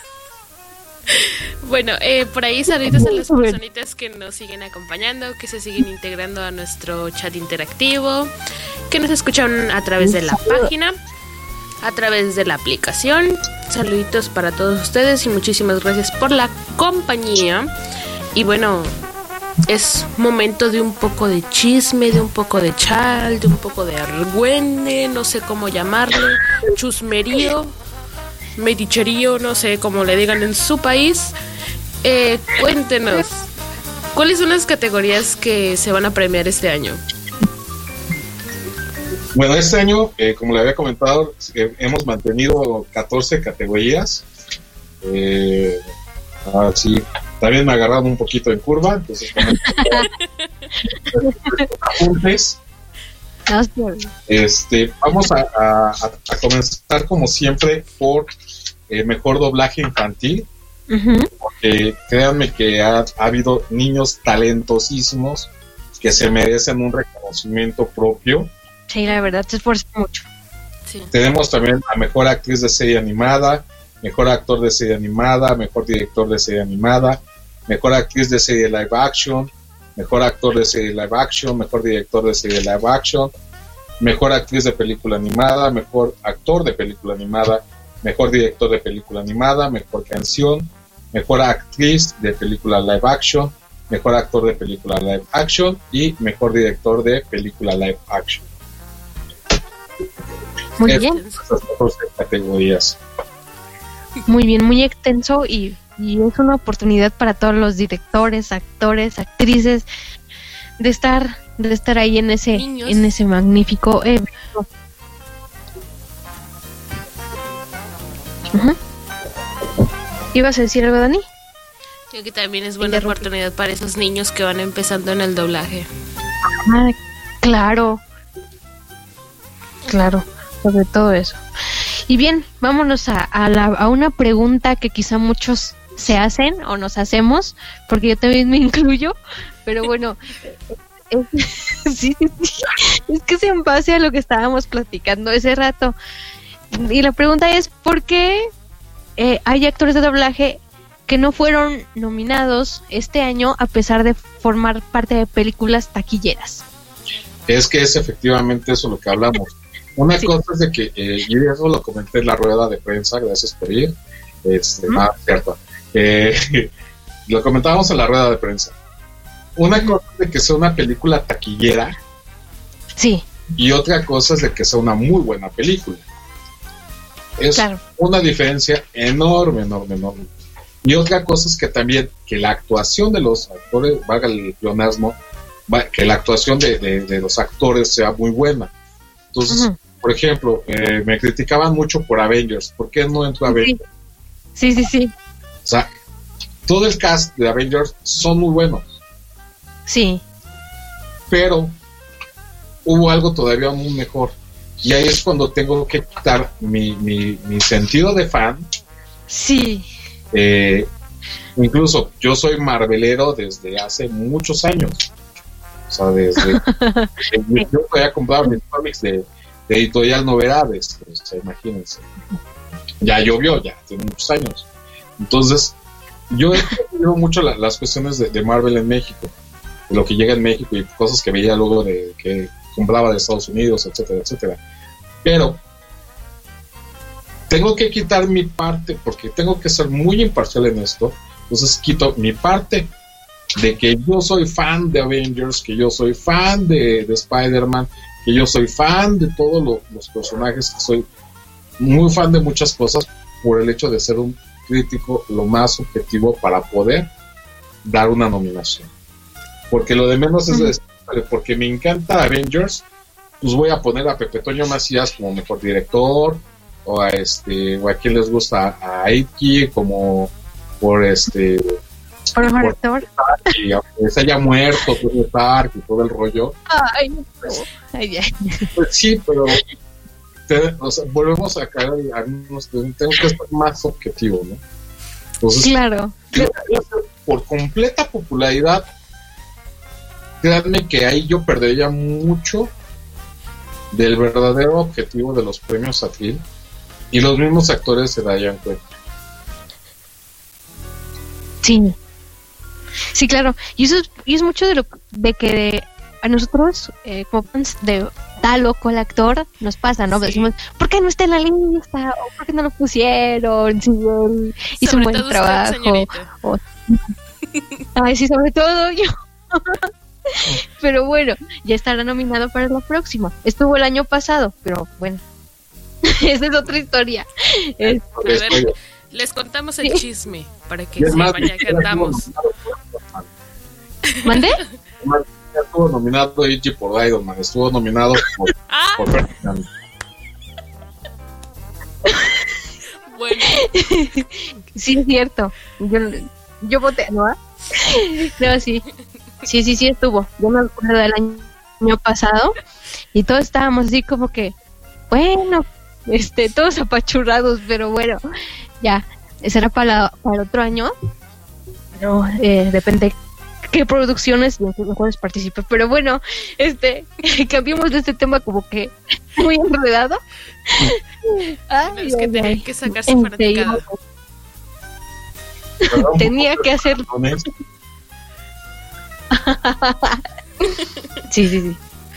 Bueno, por ahí saludos a las personitas que nos siguen acompañando, que se siguen integrando a nuestro chat interactivo, que nos escuchan a través de la página, a través de la aplicación. Saluditos para todos ustedes y muchísimas gracias por la compañía. Y bueno, es momento de un poco de chisme, de un poco de chal, de un poco de argüende, no sé cómo llamarle, chusmerío, medicherío, no sé cómo le digan en su país. Cuéntenos, ¿cuáles son las categorías que se van a premiar este año? Bueno, este año, como le había comentado, hemos mantenido 14 categorías. Sí, también me agarraron un poquito en curva, entonces apuntes. Vamos a comenzar como siempre por mejor doblaje infantil, porque créanme que ha habido niños talentosísimos que se merecen un reconocimiento propio. Sí, la verdad se esfuerza mucho. Sí. Tenemos también a mejor actriz de serie animada, mejor actor de serie animada, mejor director de serie animada, mejor actriz de serie live action, mejor actor de serie live action, mejor director de serie live action, mejor actriz de película animada, mejor actor de película animada, mejor director de película animada, mejor canción, mejor actriz de película live action, mejor actor de película live action y mejor director de película live action. Muy bien. Estas 14 categorías. Muy bien, muy extenso y es una oportunidad para todos los directores, actores, actrices de estar ahí en ese magnífico evento. ¿Ibas a decir algo, Dani? Creo que también es buena oportunidad para esos niños que van empezando en el doblaje. Ah, claro, sobre todo eso. Y bien, vámonos a una pregunta que quizá muchos se hacen o nos hacemos, porque yo también me incluyo, pero bueno, sí, es que es en base a lo que estábamos platicando ese rato. Y la pregunta es, ¿por qué hay actores de doblaje que no fueron nominados este año a pesar de formar parte de películas taquilleras? Es que es efectivamente eso lo que hablamos. Una cosa es de que, y eso lo comenté en la rueda de prensa, gracias por ir, cierto, lo comentábamos en la rueda de prensa. Una cosa es de que sea una película taquillera, sí, y otra cosa es de que sea una muy buena película. Es una diferencia enorme. Y otra cosa es que también que la actuación de los actores, valga el pleonasmo, que la actuación de los actores sea muy buena. Entonces, por ejemplo, me criticaban mucho por Avengers. ¿Por qué no entró Avengers? Sí. O sea, todo el cast de Avengers son muy buenos. Sí. Pero hubo algo todavía muy mejor. Y ahí es cuando tengo que quitar mi sentido de fan. Sí. Incluso yo soy marvelero desde hace muchos años. O sea, yo podía comprar mis cómics de Editorial Novedades, o sea, imagínense. Ya llovió, ya tiene muchos años. Entonces, yo he visto mucho las cuestiones de Marvel en México, de lo que llega en México y cosas que veía luego de que compraba de Estados Unidos, etcétera. Pero tengo que quitar mi parte, porque tengo que ser muy imparcial en esto. Entonces quito mi parte de que yo soy fan de Avengers, que yo soy fan de Spider-Man, que yo soy fan de todos los personajes, que soy muy fan de muchas cosas, por el hecho de ser un crítico lo más objetivo para poder dar una nominación. Porque lo de menos es decir, porque me encanta Avengers, pues voy a poner a Pepe Toño Macías como mejor director, o a quien les gusta a Aiki como por por el actor, y aunque se haya muerto Tony Stark y todo el rollo. Ay, no. Ay. Pues sí, pero volvemos a caer tengo que estar más objetivo, ¿no? Entonces, claro. Por completa popularidad, créanme que ahí yo perdería mucho del verdadero objetivo de los premios Atril, y los mismos actores se darían cuenta. Sí, claro. Y eso es mucho de que a nosotros, como fans de tal o cual actor, nos pasa, ¿no? Sí. Decimos, ¿por qué no está en la lista? ¿O por qué no lo pusieron? Si él hizo un buen trabajo. Ay, sí, sobre todo yo. Pero bueno, ya estará nominado para la próxima. Estuvo el año pasado, pero bueno. Esa es otra historia. A ver, les contamos el chisme para que sepan ya que andamos. ¿Mande? Ya estuvo nominado Iggy por Iron Man, estuvo nominado por Ferdinand. Bueno. Sí, es cierto. Yo voté, ¿no? No, sí. Sí estuvo. Yo me acuerdo del año pasado y todos estábamos así como que, bueno, todos apachurrados, pero bueno, ya, será para el otro año. Pero depende qué producciones y en qué mejores participe. Pero bueno, cambiamos de este tema como que muy enredado. Es que tenía que sacarse fanaticada. Tenía que hacer. Sí.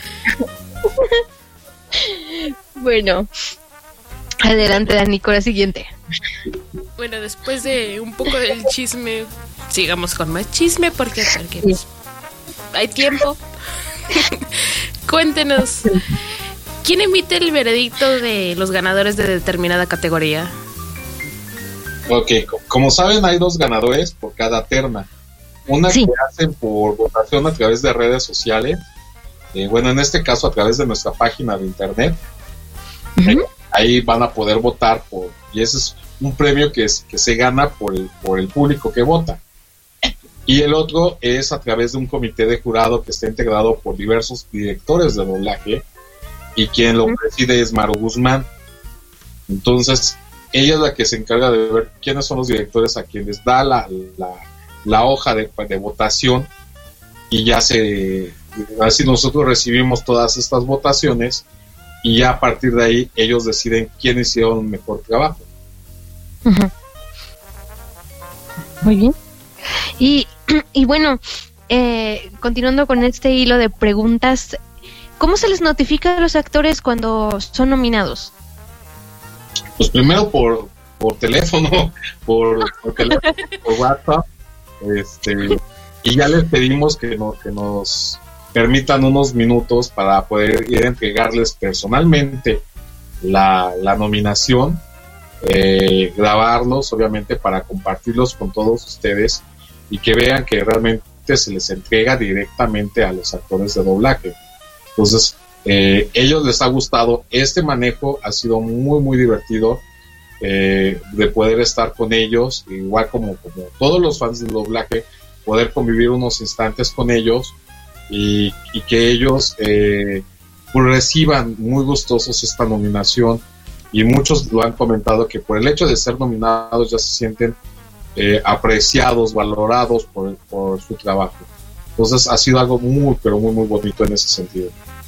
Bueno, adelante, Dani, con la siguiente. Bueno, después de un poco del chisme, sigamos con más chisme porque pues, hay tiempo. Cuéntenos, ¿quién emite el veredicto de los ganadores de determinada categoría? Ok, como saben, hay 2 ganadores por cada terna. Una que hacen por votación a través de redes sociales. Bueno, en este caso a través de nuestra página de internet. Ahí van a poder votar y ese es un premio que se gana por el público que vota. Y el otro es a través de un comité de jurado que está integrado por diversos directores de doblaje, y quien lo preside es Maru Guzmán. Entonces ella es la que se encarga de ver quiénes son los directores a quienes da la hoja de votación, y ya así nosotros recibimos todas estas votaciones, y ya a partir de ahí ellos deciden quién hicieron un mejor trabajo. Muy bien. Y bueno, continuando con este hilo de preguntas, ¿cómo se les notifica a los actores cuando son nominados? Pues primero por teléfono, por WhatsApp, y ya les pedimos que nos permitan unos minutos para poder ir a entregarles personalmente la nominación, grabarlos obviamente para compartirlos con todos ustedes y que vean que realmente se les entrega directamente a los actores de doblaje. Entonces, ellos les ha gustado este manejo, ha sido muy muy divertido de poder estar con ellos, igual como todos los fans del doblaje, poder convivir unos instantes con ellos y que ellos pues reciban muy gustosos esta nominación, y muchos lo han comentado que por el hecho de ser nominados ya se sienten apreciados, valorados por su trabajo. Entonces ha sido algo muy pero muy muy bonito en ese sentido.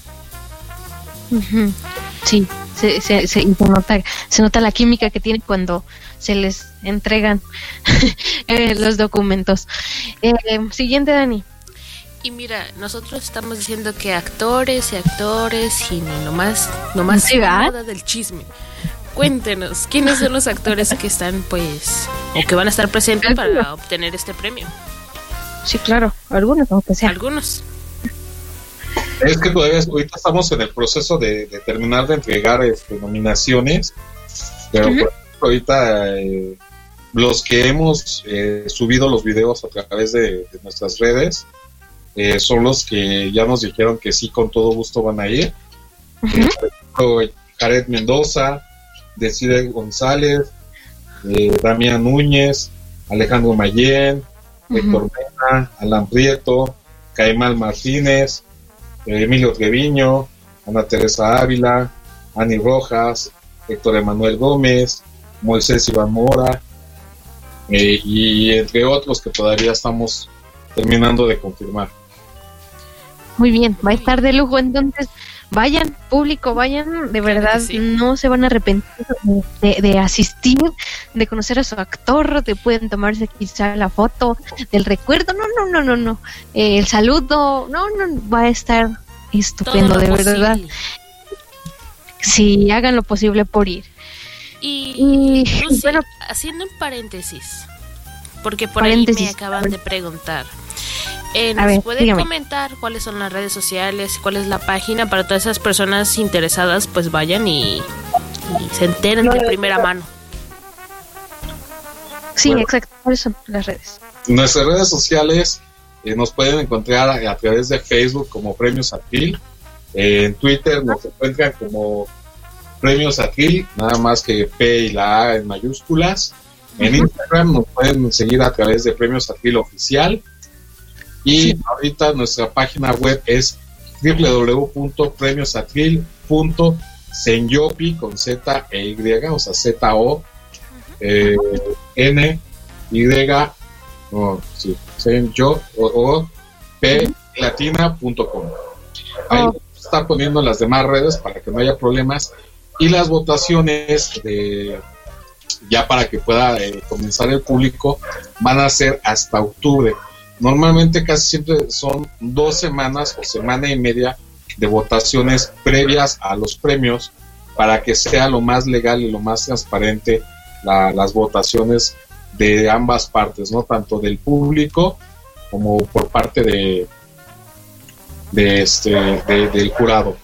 Sí, se nota la química que tienen cuando se les entregan los documentos. Siguiente, Dani. Y mira, nosotros estamos diciendo que actores y nomás nada del chisme. Cuéntenos, ¿quiénes son los actores que están pues o que van a estar presentes para obtener este premio? Sí, claro, algunos, aunque sea. Algunos. Es que todavía ahorita estamos en el proceso de terminar de entregar nominaciones, pero por ejemplo, ahorita los que hemos subido los videos a través de nuestras redes son los que ya nos dijeron que sí, con todo gusto van a ir. Por ejemplo, Jared Mendoza, Desiree González, Damián Núñez, Alejandro Mayén, Héctor Mena, Alan Prieto, Caimán Martínez, Emilio Treviño, Ana Teresa Ávila, Ani Rojas, Héctor Emanuel Gómez, Moisés Iván Mora, y entre otros que todavía estamos terminando de confirmar. Muy bien, va a estar de lujo, entonces vayan, público, vayan, de verdad, sí. No se van a arrepentir de asistir, de conocer a su actor, de pueden tomarse quizá la foto del recuerdo, no, el saludo, no, va a estar estupendo, de verdad. Sí, hagan lo posible por ir. Y Lucy, bueno, haciendo un paréntesis, porque por ahí me acaban de preguntar. ¿Nos puede comentar cuáles son las redes sociales, cuál es la página para todas esas personas interesadas? Pues vayan y se enteren de primera mano. Sí, bueno, exacto, cuáles son las redes. Nuestras redes sociales nos pueden encontrar a través de Facebook como Premios Atril, en Twitter nos encuentran como Premios Atril, nada más que P y la A en mayúsculas. En Instagram nos pueden seguir a través de Premios Atril Oficial. Y ahorita nuestra página web es www.premiosatril.senyopi con Z e Y, o sea, senyopi.com. Ahí vamos a estar poniendo las demás redes para que no haya problemas. Y las votaciones ya para que pueda comenzar el público van a ser hasta octubre. Normalmente casi siempre son 2 semanas o semana y media de votaciones previas a los premios para que sea lo más legal y lo más transparente las votaciones de ambas partes, ¿no? Tanto del público como por parte del jurado.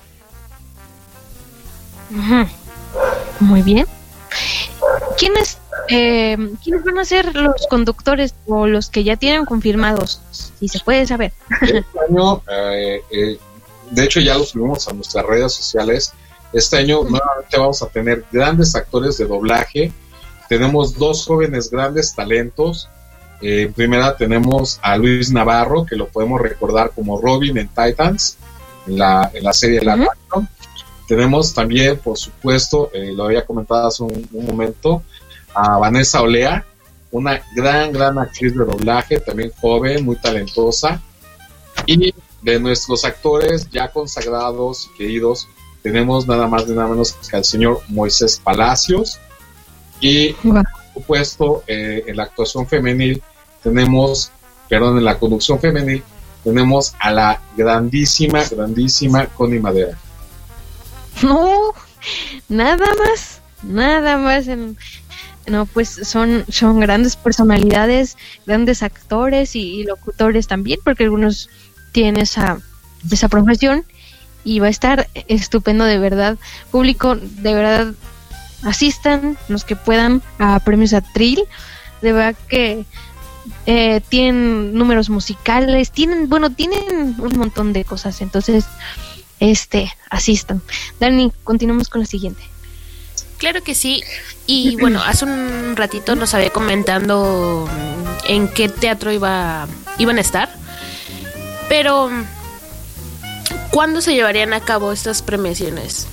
Muy bien. ¿Quiénes van a ser los conductores o los que ya tienen confirmados? Si se puede saber. Este año, de hecho ya lo subimos a nuestras redes sociales. Este año nuevamente vamos a tener grandes actores de doblaje. Tenemos 2 jóvenes grandes talentos. En primera tenemos a Luis Navarro, que lo podemos recordar como Robin en Titans, en la serie Live Action. Tenemos también, por supuesto, lo había comentado hace un momento, a Vanessa Olea, una gran actriz de doblaje, también joven, muy talentosa. Y de nuestros actores ya consagrados y queridos, tenemos nada más y nada menos que al señor Moisés Palacios. Y por supuesto, en la actuación femenil en la conducción femenil tenemos a la grandísima Connie Madera. No, nada más. No, pues son grandes personalidades, grandes actores y locutores también, porque algunos tienen esa profesión, y va a estar estupendo, de verdad. Público, de verdad, asistan los que puedan a Premios Atril. De verdad que tienen números musicales, tienen un montón de cosas, entonces asistan. Dani, continuamos con la siguiente. Claro que sí. Y bueno, hace un ratito nos había comentando en qué teatro iban a estar, pero ¿cuándo se llevarían a cabo estas premiaciones?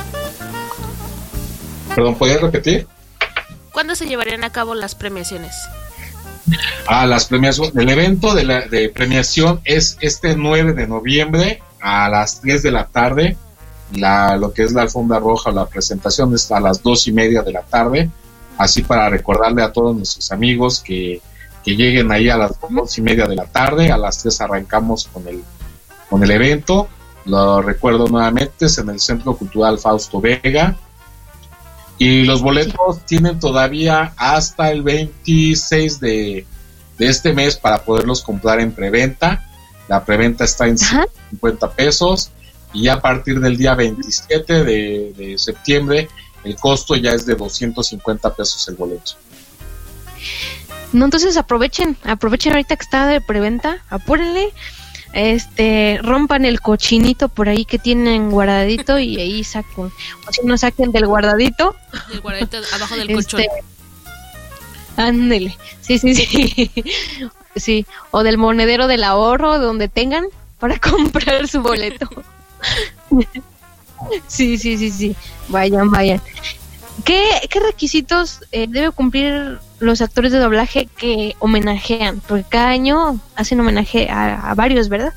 Perdón, ¿podrías repetir? ¿Cuándo se llevarían a cabo las premiaciones? Las premiaciones, el evento de premiación es este 9 de noviembre a las 3 de la tarde. Lo que es la alfombra roja o la presentación está a las 2:30 de la tarde, así para recordarle a todos nuestros amigos que lleguen ahí a las 2:30 de la tarde. A las 3 arrancamos con el evento. Lo recuerdo nuevamente, es en el Centro Cultural Fausto Vega, y los boletos tienen todavía hasta el 26 de este mes para poderlos comprar en preventa. La preventa está en 50 pesos. Y a partir del día 27 de septiembre, el costo ya es de 250 pesos el boleto. No, entonces aprovechen ahorita que está de preventa, apúrenle, rompan el cochinito por ahí que tienen guardadito y ahí saquen, o si no saquen del guardadito. El guardadito abajo del colchón. Ándele, sí. Sí, o del monedero del ahorro, donde tengan para comprar su boleto. Sí. Vayan. ¿Qué requisitos debe cumplir los actores de doblaje que homenajean? Porque cada año hacen homenaje a varios, ¿verdad?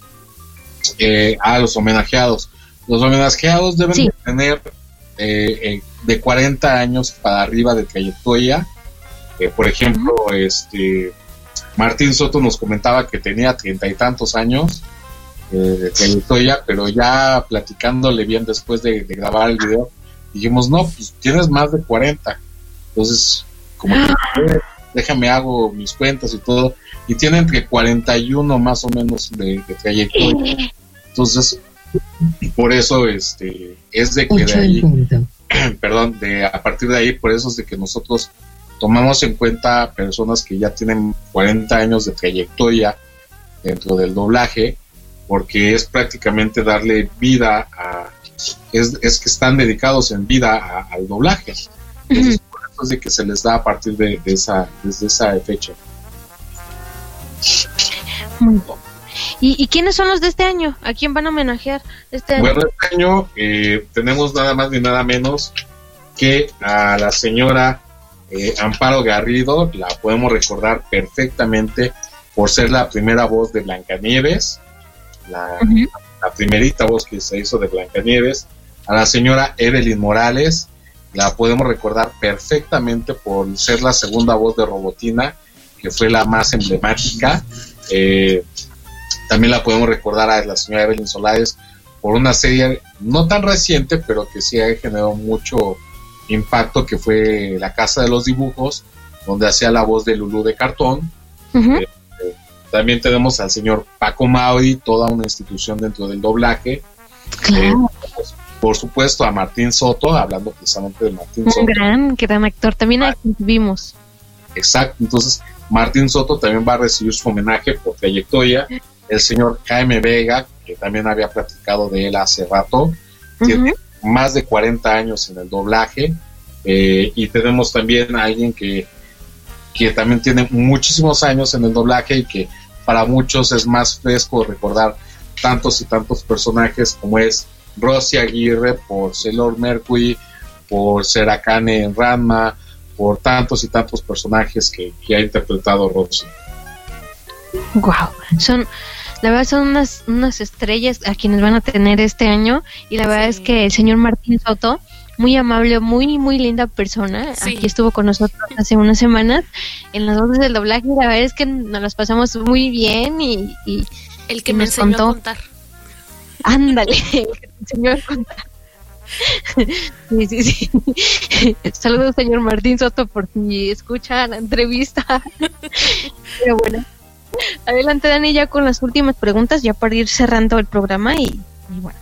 A los homenajeados. Los homenajeados deben de tener de 40 años para arriba de trayectoria. Por ejemplo, Martín Soto nos comentaba que tenía 30 y tantos años de trayectoria, pero ya platicándole bien después de grabar el video, dijimos, no, pues tienes más de 40. Entonces, como que déjame hago mis cuentas y todo, y tiene entre 41 más o menos de trayectoria. Entonces, por eso es de que de ahí, perdón, a partir de ahí, por eso es de que nosotros tomamos en cuenta personas que ya tienen 40 años de trayectoria dentro del doblaje, porque es prácticamente darle vida es que están dedicados en vida al doblaje. Entonces, por eso es de que se les da a partir desde esa fecha. Muy bien. ¿Y quiénes son los de este año? ¿A quién van a homenajear este año? Bueno, este año tenemos nada más ni nada menos que a la señora Amparo Garrido. La podemos recordar perfectamente por ser la primera voz de Blancanieves, la primerita voz que se hizo de Blancanieves. A la señora Evelyn Morales la podemos recordar perfectamente por ser la segunda voz de Robotina, que fue la más emblemática. También la podemos recordar a la señora Evelyn Solares por una serie no tan reciente, pero que sí ha generado mucho impacto, que fue La Casa de los Dibujos, donde hacía la voz de Lulú de cartón. También tenemos al señor Paco Mauri, toda una institución dentro del doblaje. Por supuesto a Martín Soto, hablando precisamente de Martín Soto. Un gran actor, también ahí vimos. Exacto, entonces Martín Soto también va a recibir su homenaje por trayectoria. El señor Jaime Vega, que también había platicado de él hace rato, tiene más de 40 años en el doblaje. Y tenemos también a alguien que también tiene muchísimos años en el doblaje y que para muchos es más fresco recordar tantos y tantos personajes, como es Rosy Aguirre por Sailor Mercury, por Seracane en Ranma, por tantos y tantos personajes que ha interpretado Rosy. Wow, la verdad son unas estrellas a quienes van a tener este año, y la verdad es que el señor Martín Soto, muy amable, muy muy linda persona, aquí estuvo con nosotros hace unas semanas en las voces del doblaje, y la verdad es que nos las pasamos muy bien y el que me enseñó a contar. Ándale, el que te enseñó a contar. Sí. Saludos, señor Martín Soto, por si escucha la entrevista. Pero bueno, adelante, Dani, ya con las últimas preguntas, ya para ir cerrando el programa y bueno.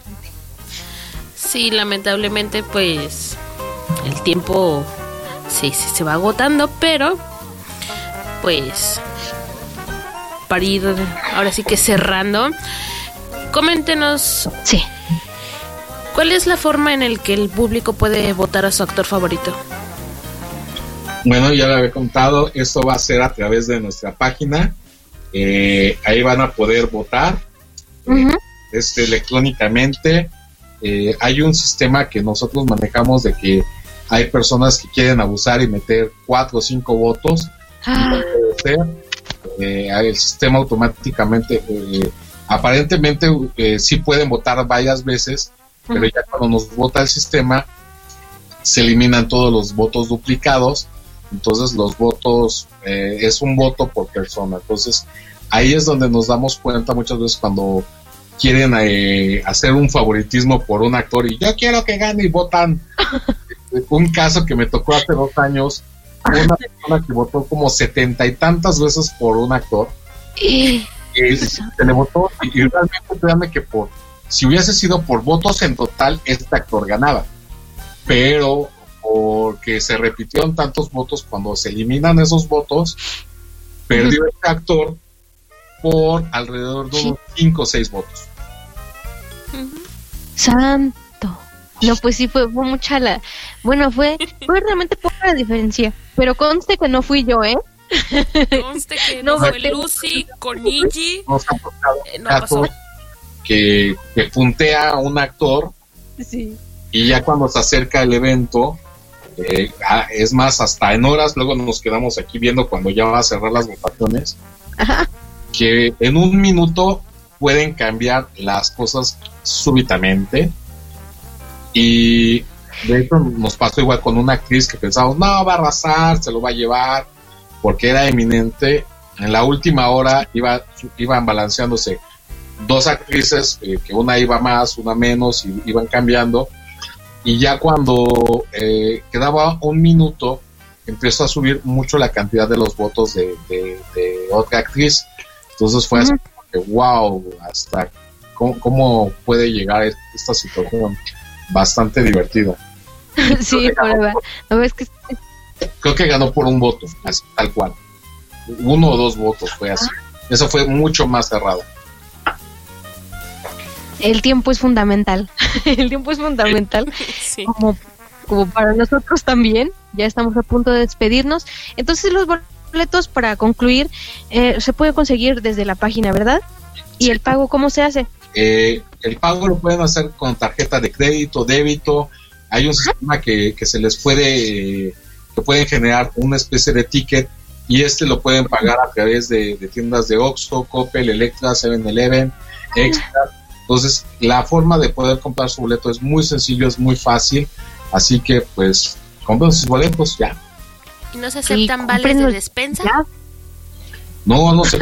Sí, lamentablemente pues el tiempo sí se va agotando, pero pues para ir ahora sí que cerrando, coméntenos ¿cuál es la forma en la que el público puede votar a su actor favorito? Bueno, ya lo había contado, esto va a ser a través de nuestra página. Ahí van a poder votar electrónicamente. Hay un sistema que nosotros manejamos de que hay personas que quieren abusar y meter 4 o 5 votos. No puede ser. El sistema automáticamente, aparentemente sí pueden votar varias veces, pero ya cuando nos vota el sistema se eliminan todos los votos duplicados. Entonces los votos es un voto por persona. Entonces ahí es donde nos damos cuenta muchas veces cuando quieren hacer un favoritismo por un actor y yo quiero que gane y votan. Un caso que me tocó hace 2 años, una persona que votó como 70 y tantas veces por un actor, se le votó, y realmente créanme que si hubiese sido por votos en total, este actor ganaba, pero porque se repitieron tantos votos, cuando se eliminan esos votos, perdió este actor por alrededor de unos 5 o 6 votos. Santo. No, pues sí, fue mucha la... Bueno, fue realmente poca la diferencia. Pero conste que no fui yo, ¿eh? Conste que no fue Lucy con Iggy. No pasó. Que puntea a un actor. Sí. Y ya cuando se acerca el evento, es más, hasta en horas, luego nos quedamos aquí viendo cuando ya va a cerrar las votaciones. Ajá. Que en un minuto pueden cambiar las cosas súbitamente. Y de hecho nos pasó igual con una actriz que pensábamos, no, va a arrasar, se lo va a llevar, porque era eminente. En la última hora iban balanceándose 2 actrices, que una iba más, una menos, y iban cambiando. Y ya cuando quedaba un minuto, empezó a subir mucho la cantidad de los votos de otra actriz. Entonces fue así que, wow, hasta cómo puede llegar esta situación. Bastante divertida. Sí, no es que... Creo que ganó por un voto, así, tal cual. 1 o 2 votos fue así. Eso fue mucho más cerrado. El tiempo es fundamental. El tiempo es fundamental. Sí. Como para nosotros también. Ya estamos a punto de despedirnos. Entonces los boletos, para concluir, se puede conseguir desde la página, ¿verdad? ¿Y el pago cómo se hace? El pago lo pueden hacer con tarjeta de crédito, débito. Hay un sistema que se les puede, que pueden generar una especie de ticket, y lo pueden pagar a través de tiendas de Oxxo, Coppel, Electra, 7-Eleven, Extra. Entonces, la forma de poder comprar su boleto es muy sencillo, es muy fácil. Así que, pues, compren sus boletos ya. ¿Y no se aceptan vales de despensa? Ya. No se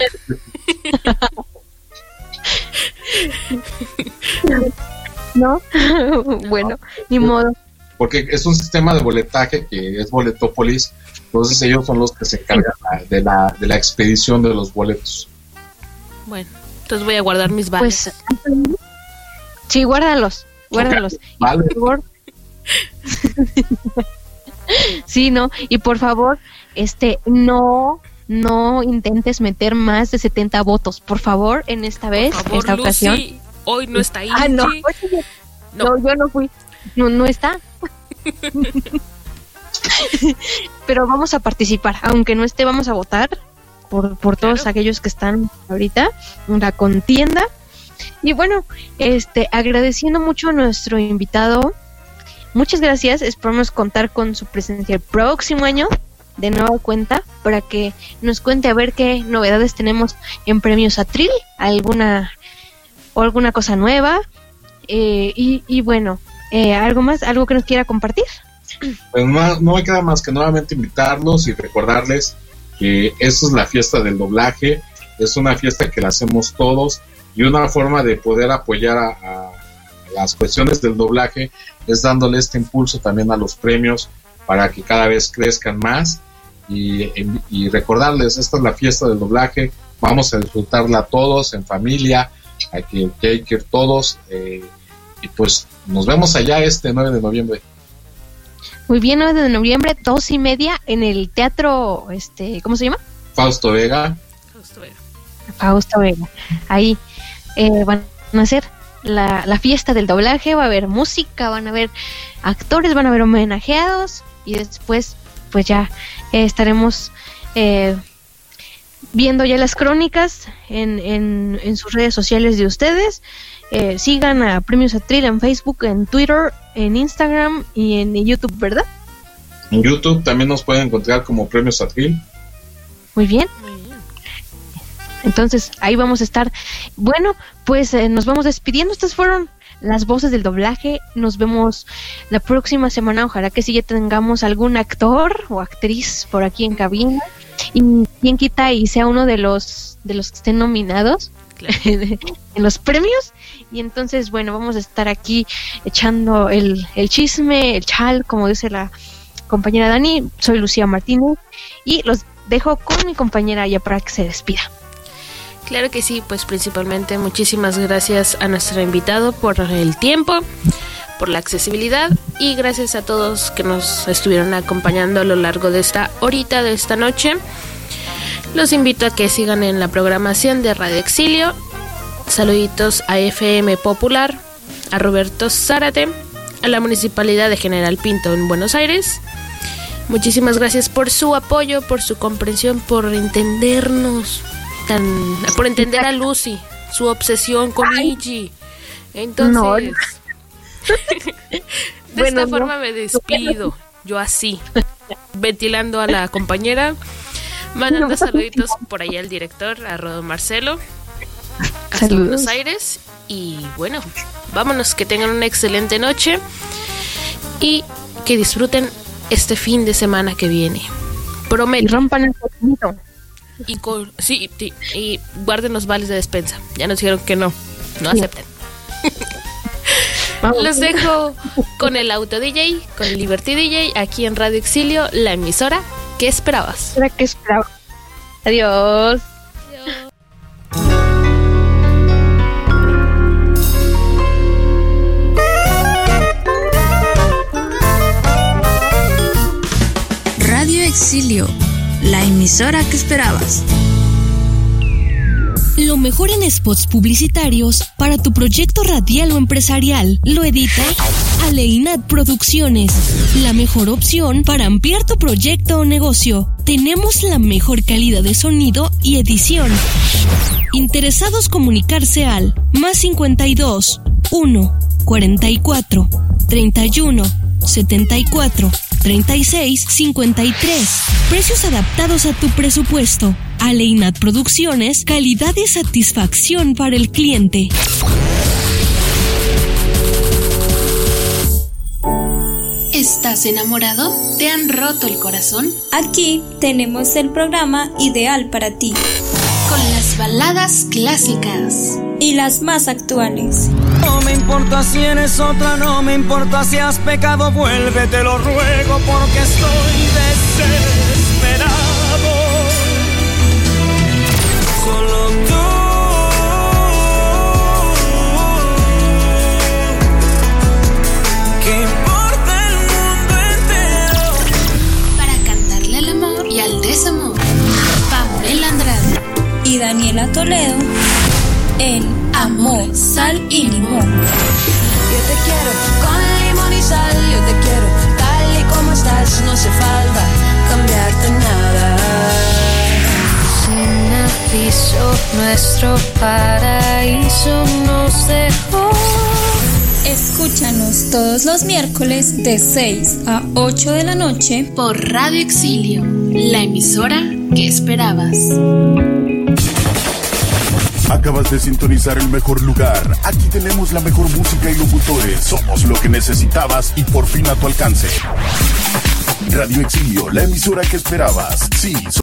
¿No? Bueno, ni modo. Porque es un sistema de boletaje que es Boletópolis. Entonces ellos son los que se encargan de la expedición de los boletos. Bueno, entonces voy a guardar mis vales. Pues, sí, guárdalos. Vale. Y por favor, sí, no, y por favor, no intentes meter más de 70 votos, por favor, en esta vez, por favor, en esta Lucy, ocasión. Hoy no está ahí. No, yo no fui. No está. Pero vamos a participar, aunque no esté, vamos a votar por todos aquellos que están ahorita en la contienda. Y bueno, agradeciendo mucho a nuestro invitado. Muchas gracias, esperamos contar con su presencia el próximo año de nueva cuenta, para que nos cuente a ver qué novedades tenemos en Premios Atril, alguna cosa nueva, y bueno, algo que nos quiera compartir. Pues no me queda más que nuevamente invitarlos y recordarles que esta es la fiesta del doblaje, es una fiesta que la hacemos todos, y una forma de poder apoyar a las cuestiones del doblaje es dándole este impulso también a los premios para que cada vez crezcan más, y recordarles, esta es la fiesta del doblaje, vamos a disfrutarla todos en familia, hay que ir todos, y pues nos vemos allá 9 de noviembre. Muy bien, 9 de noviembre, 2:30 en el teatro, ¿cómo se llama? Fausto Vega. Ahí van a hacer la fiesta del doblaje, va a haber música, van a haber actores, van a haber homenajeados, y después pues ya estaremos viendo ya las crónicas en sus redes sociales de ustedes. Sigan a Premios Atril en Facebook, en Twitter, en Instagram y en YouTube, ¿verdad? En YouTube también nos pueden encontrar como Premios Atril. Muy bien. Entonces ahí vamos a estar. Bueno, pues nos vamos despidiendo. Estas fueron las voces del doblaje. Nos vemos la próxima semana. Ojalá que sí ya tengamos algún actor o actriz por aquí en cabina, y quien quita y sea uno de los que estén nominados, claro, en los premios. Y entonces, bueno, vamos a estar aquí echando el chisme, el chal, como dice la compañera Dani. Soy Lucía Martínez y los dejo con mi compañera ya para que se despida. Claro que sí, pues principalmente muchísimas gracias a nuestro invitado por el tiempo, por la accesibilidad, y gracias a todos que nos estuvieron acompañando a lo largo de esta horita de esta noche. Los invito a que sigan en la programación de Radio Exilio. Saluditos a FM Popular, a Roberto Zárate, a la Municipalidad de General Pinto en Buenos Aires. Muchísimas gracias por su apoyo, por su comprensión, por entendernos, por entender a Lucy, su obsesión con Ichi. Entonces, no. De esta forma me despido, yo así, ventilando a la compañera, mandando saluditos por allá al director, a Rodo Marcelo, hasta Buenos Aires. Y bueno, vámonos, que tengan una excelente noche y que disfruten este fin de semana que viene. Prometo. Y rompan el cocinito. Y guarden los vales de despensa. Ya nos dijeron que no acepten. Los dejo con el Auto DJ, con el Liberty DJ, aquí en Radio Exilio, la emisora que esperabas. Adiós. Radio Exilio, la emisora que esperabas. Lo mejor en spots publicitarios para tu proyecto radial o empresarial lo edita Aleinat Producciones. La mejor opción para ampliar tu proyecto o negocio. Tenemos la mejor calidad de sonido y edición. Interesados comunicarse al +52 1 44 31 74 36 53. Precios adaptados a tu presupuesto. Aleinat Producciones, calidad y satisfacción para el cliente. ¿Estás enamorado? ¿Te han roto el corazón? Aquí tenemos el programa ideal para ti. Con las baladas clásicas y las más actuales. No me importa si eres otra, no me importa si has pecado, vuelve, te lo ruego porque estoy desesperado. Solo tú. ¿Qué importa el mundo entero? Para cantarle al amor y al desamor, Pamela Andrade y Daniela Toledo en Amor, Sal y Limón. Yo te quiero con limón y sal, yo te quiero tal y como estás, no hace falta cambiarte nada. Sin aviso, nuestro paraíso nos dejó. Escúchanos todos los miércoles de 6 a 8 de la noche por Radio Exilio, la emisora que esperabas. Acabas de sintonizar el mejor lugar. Aquí tenemos la mejor música y locutores. Somos lo que necesitabas y por fin a tu alcance. Radio Exilio, la emisora que esperabas. Sí.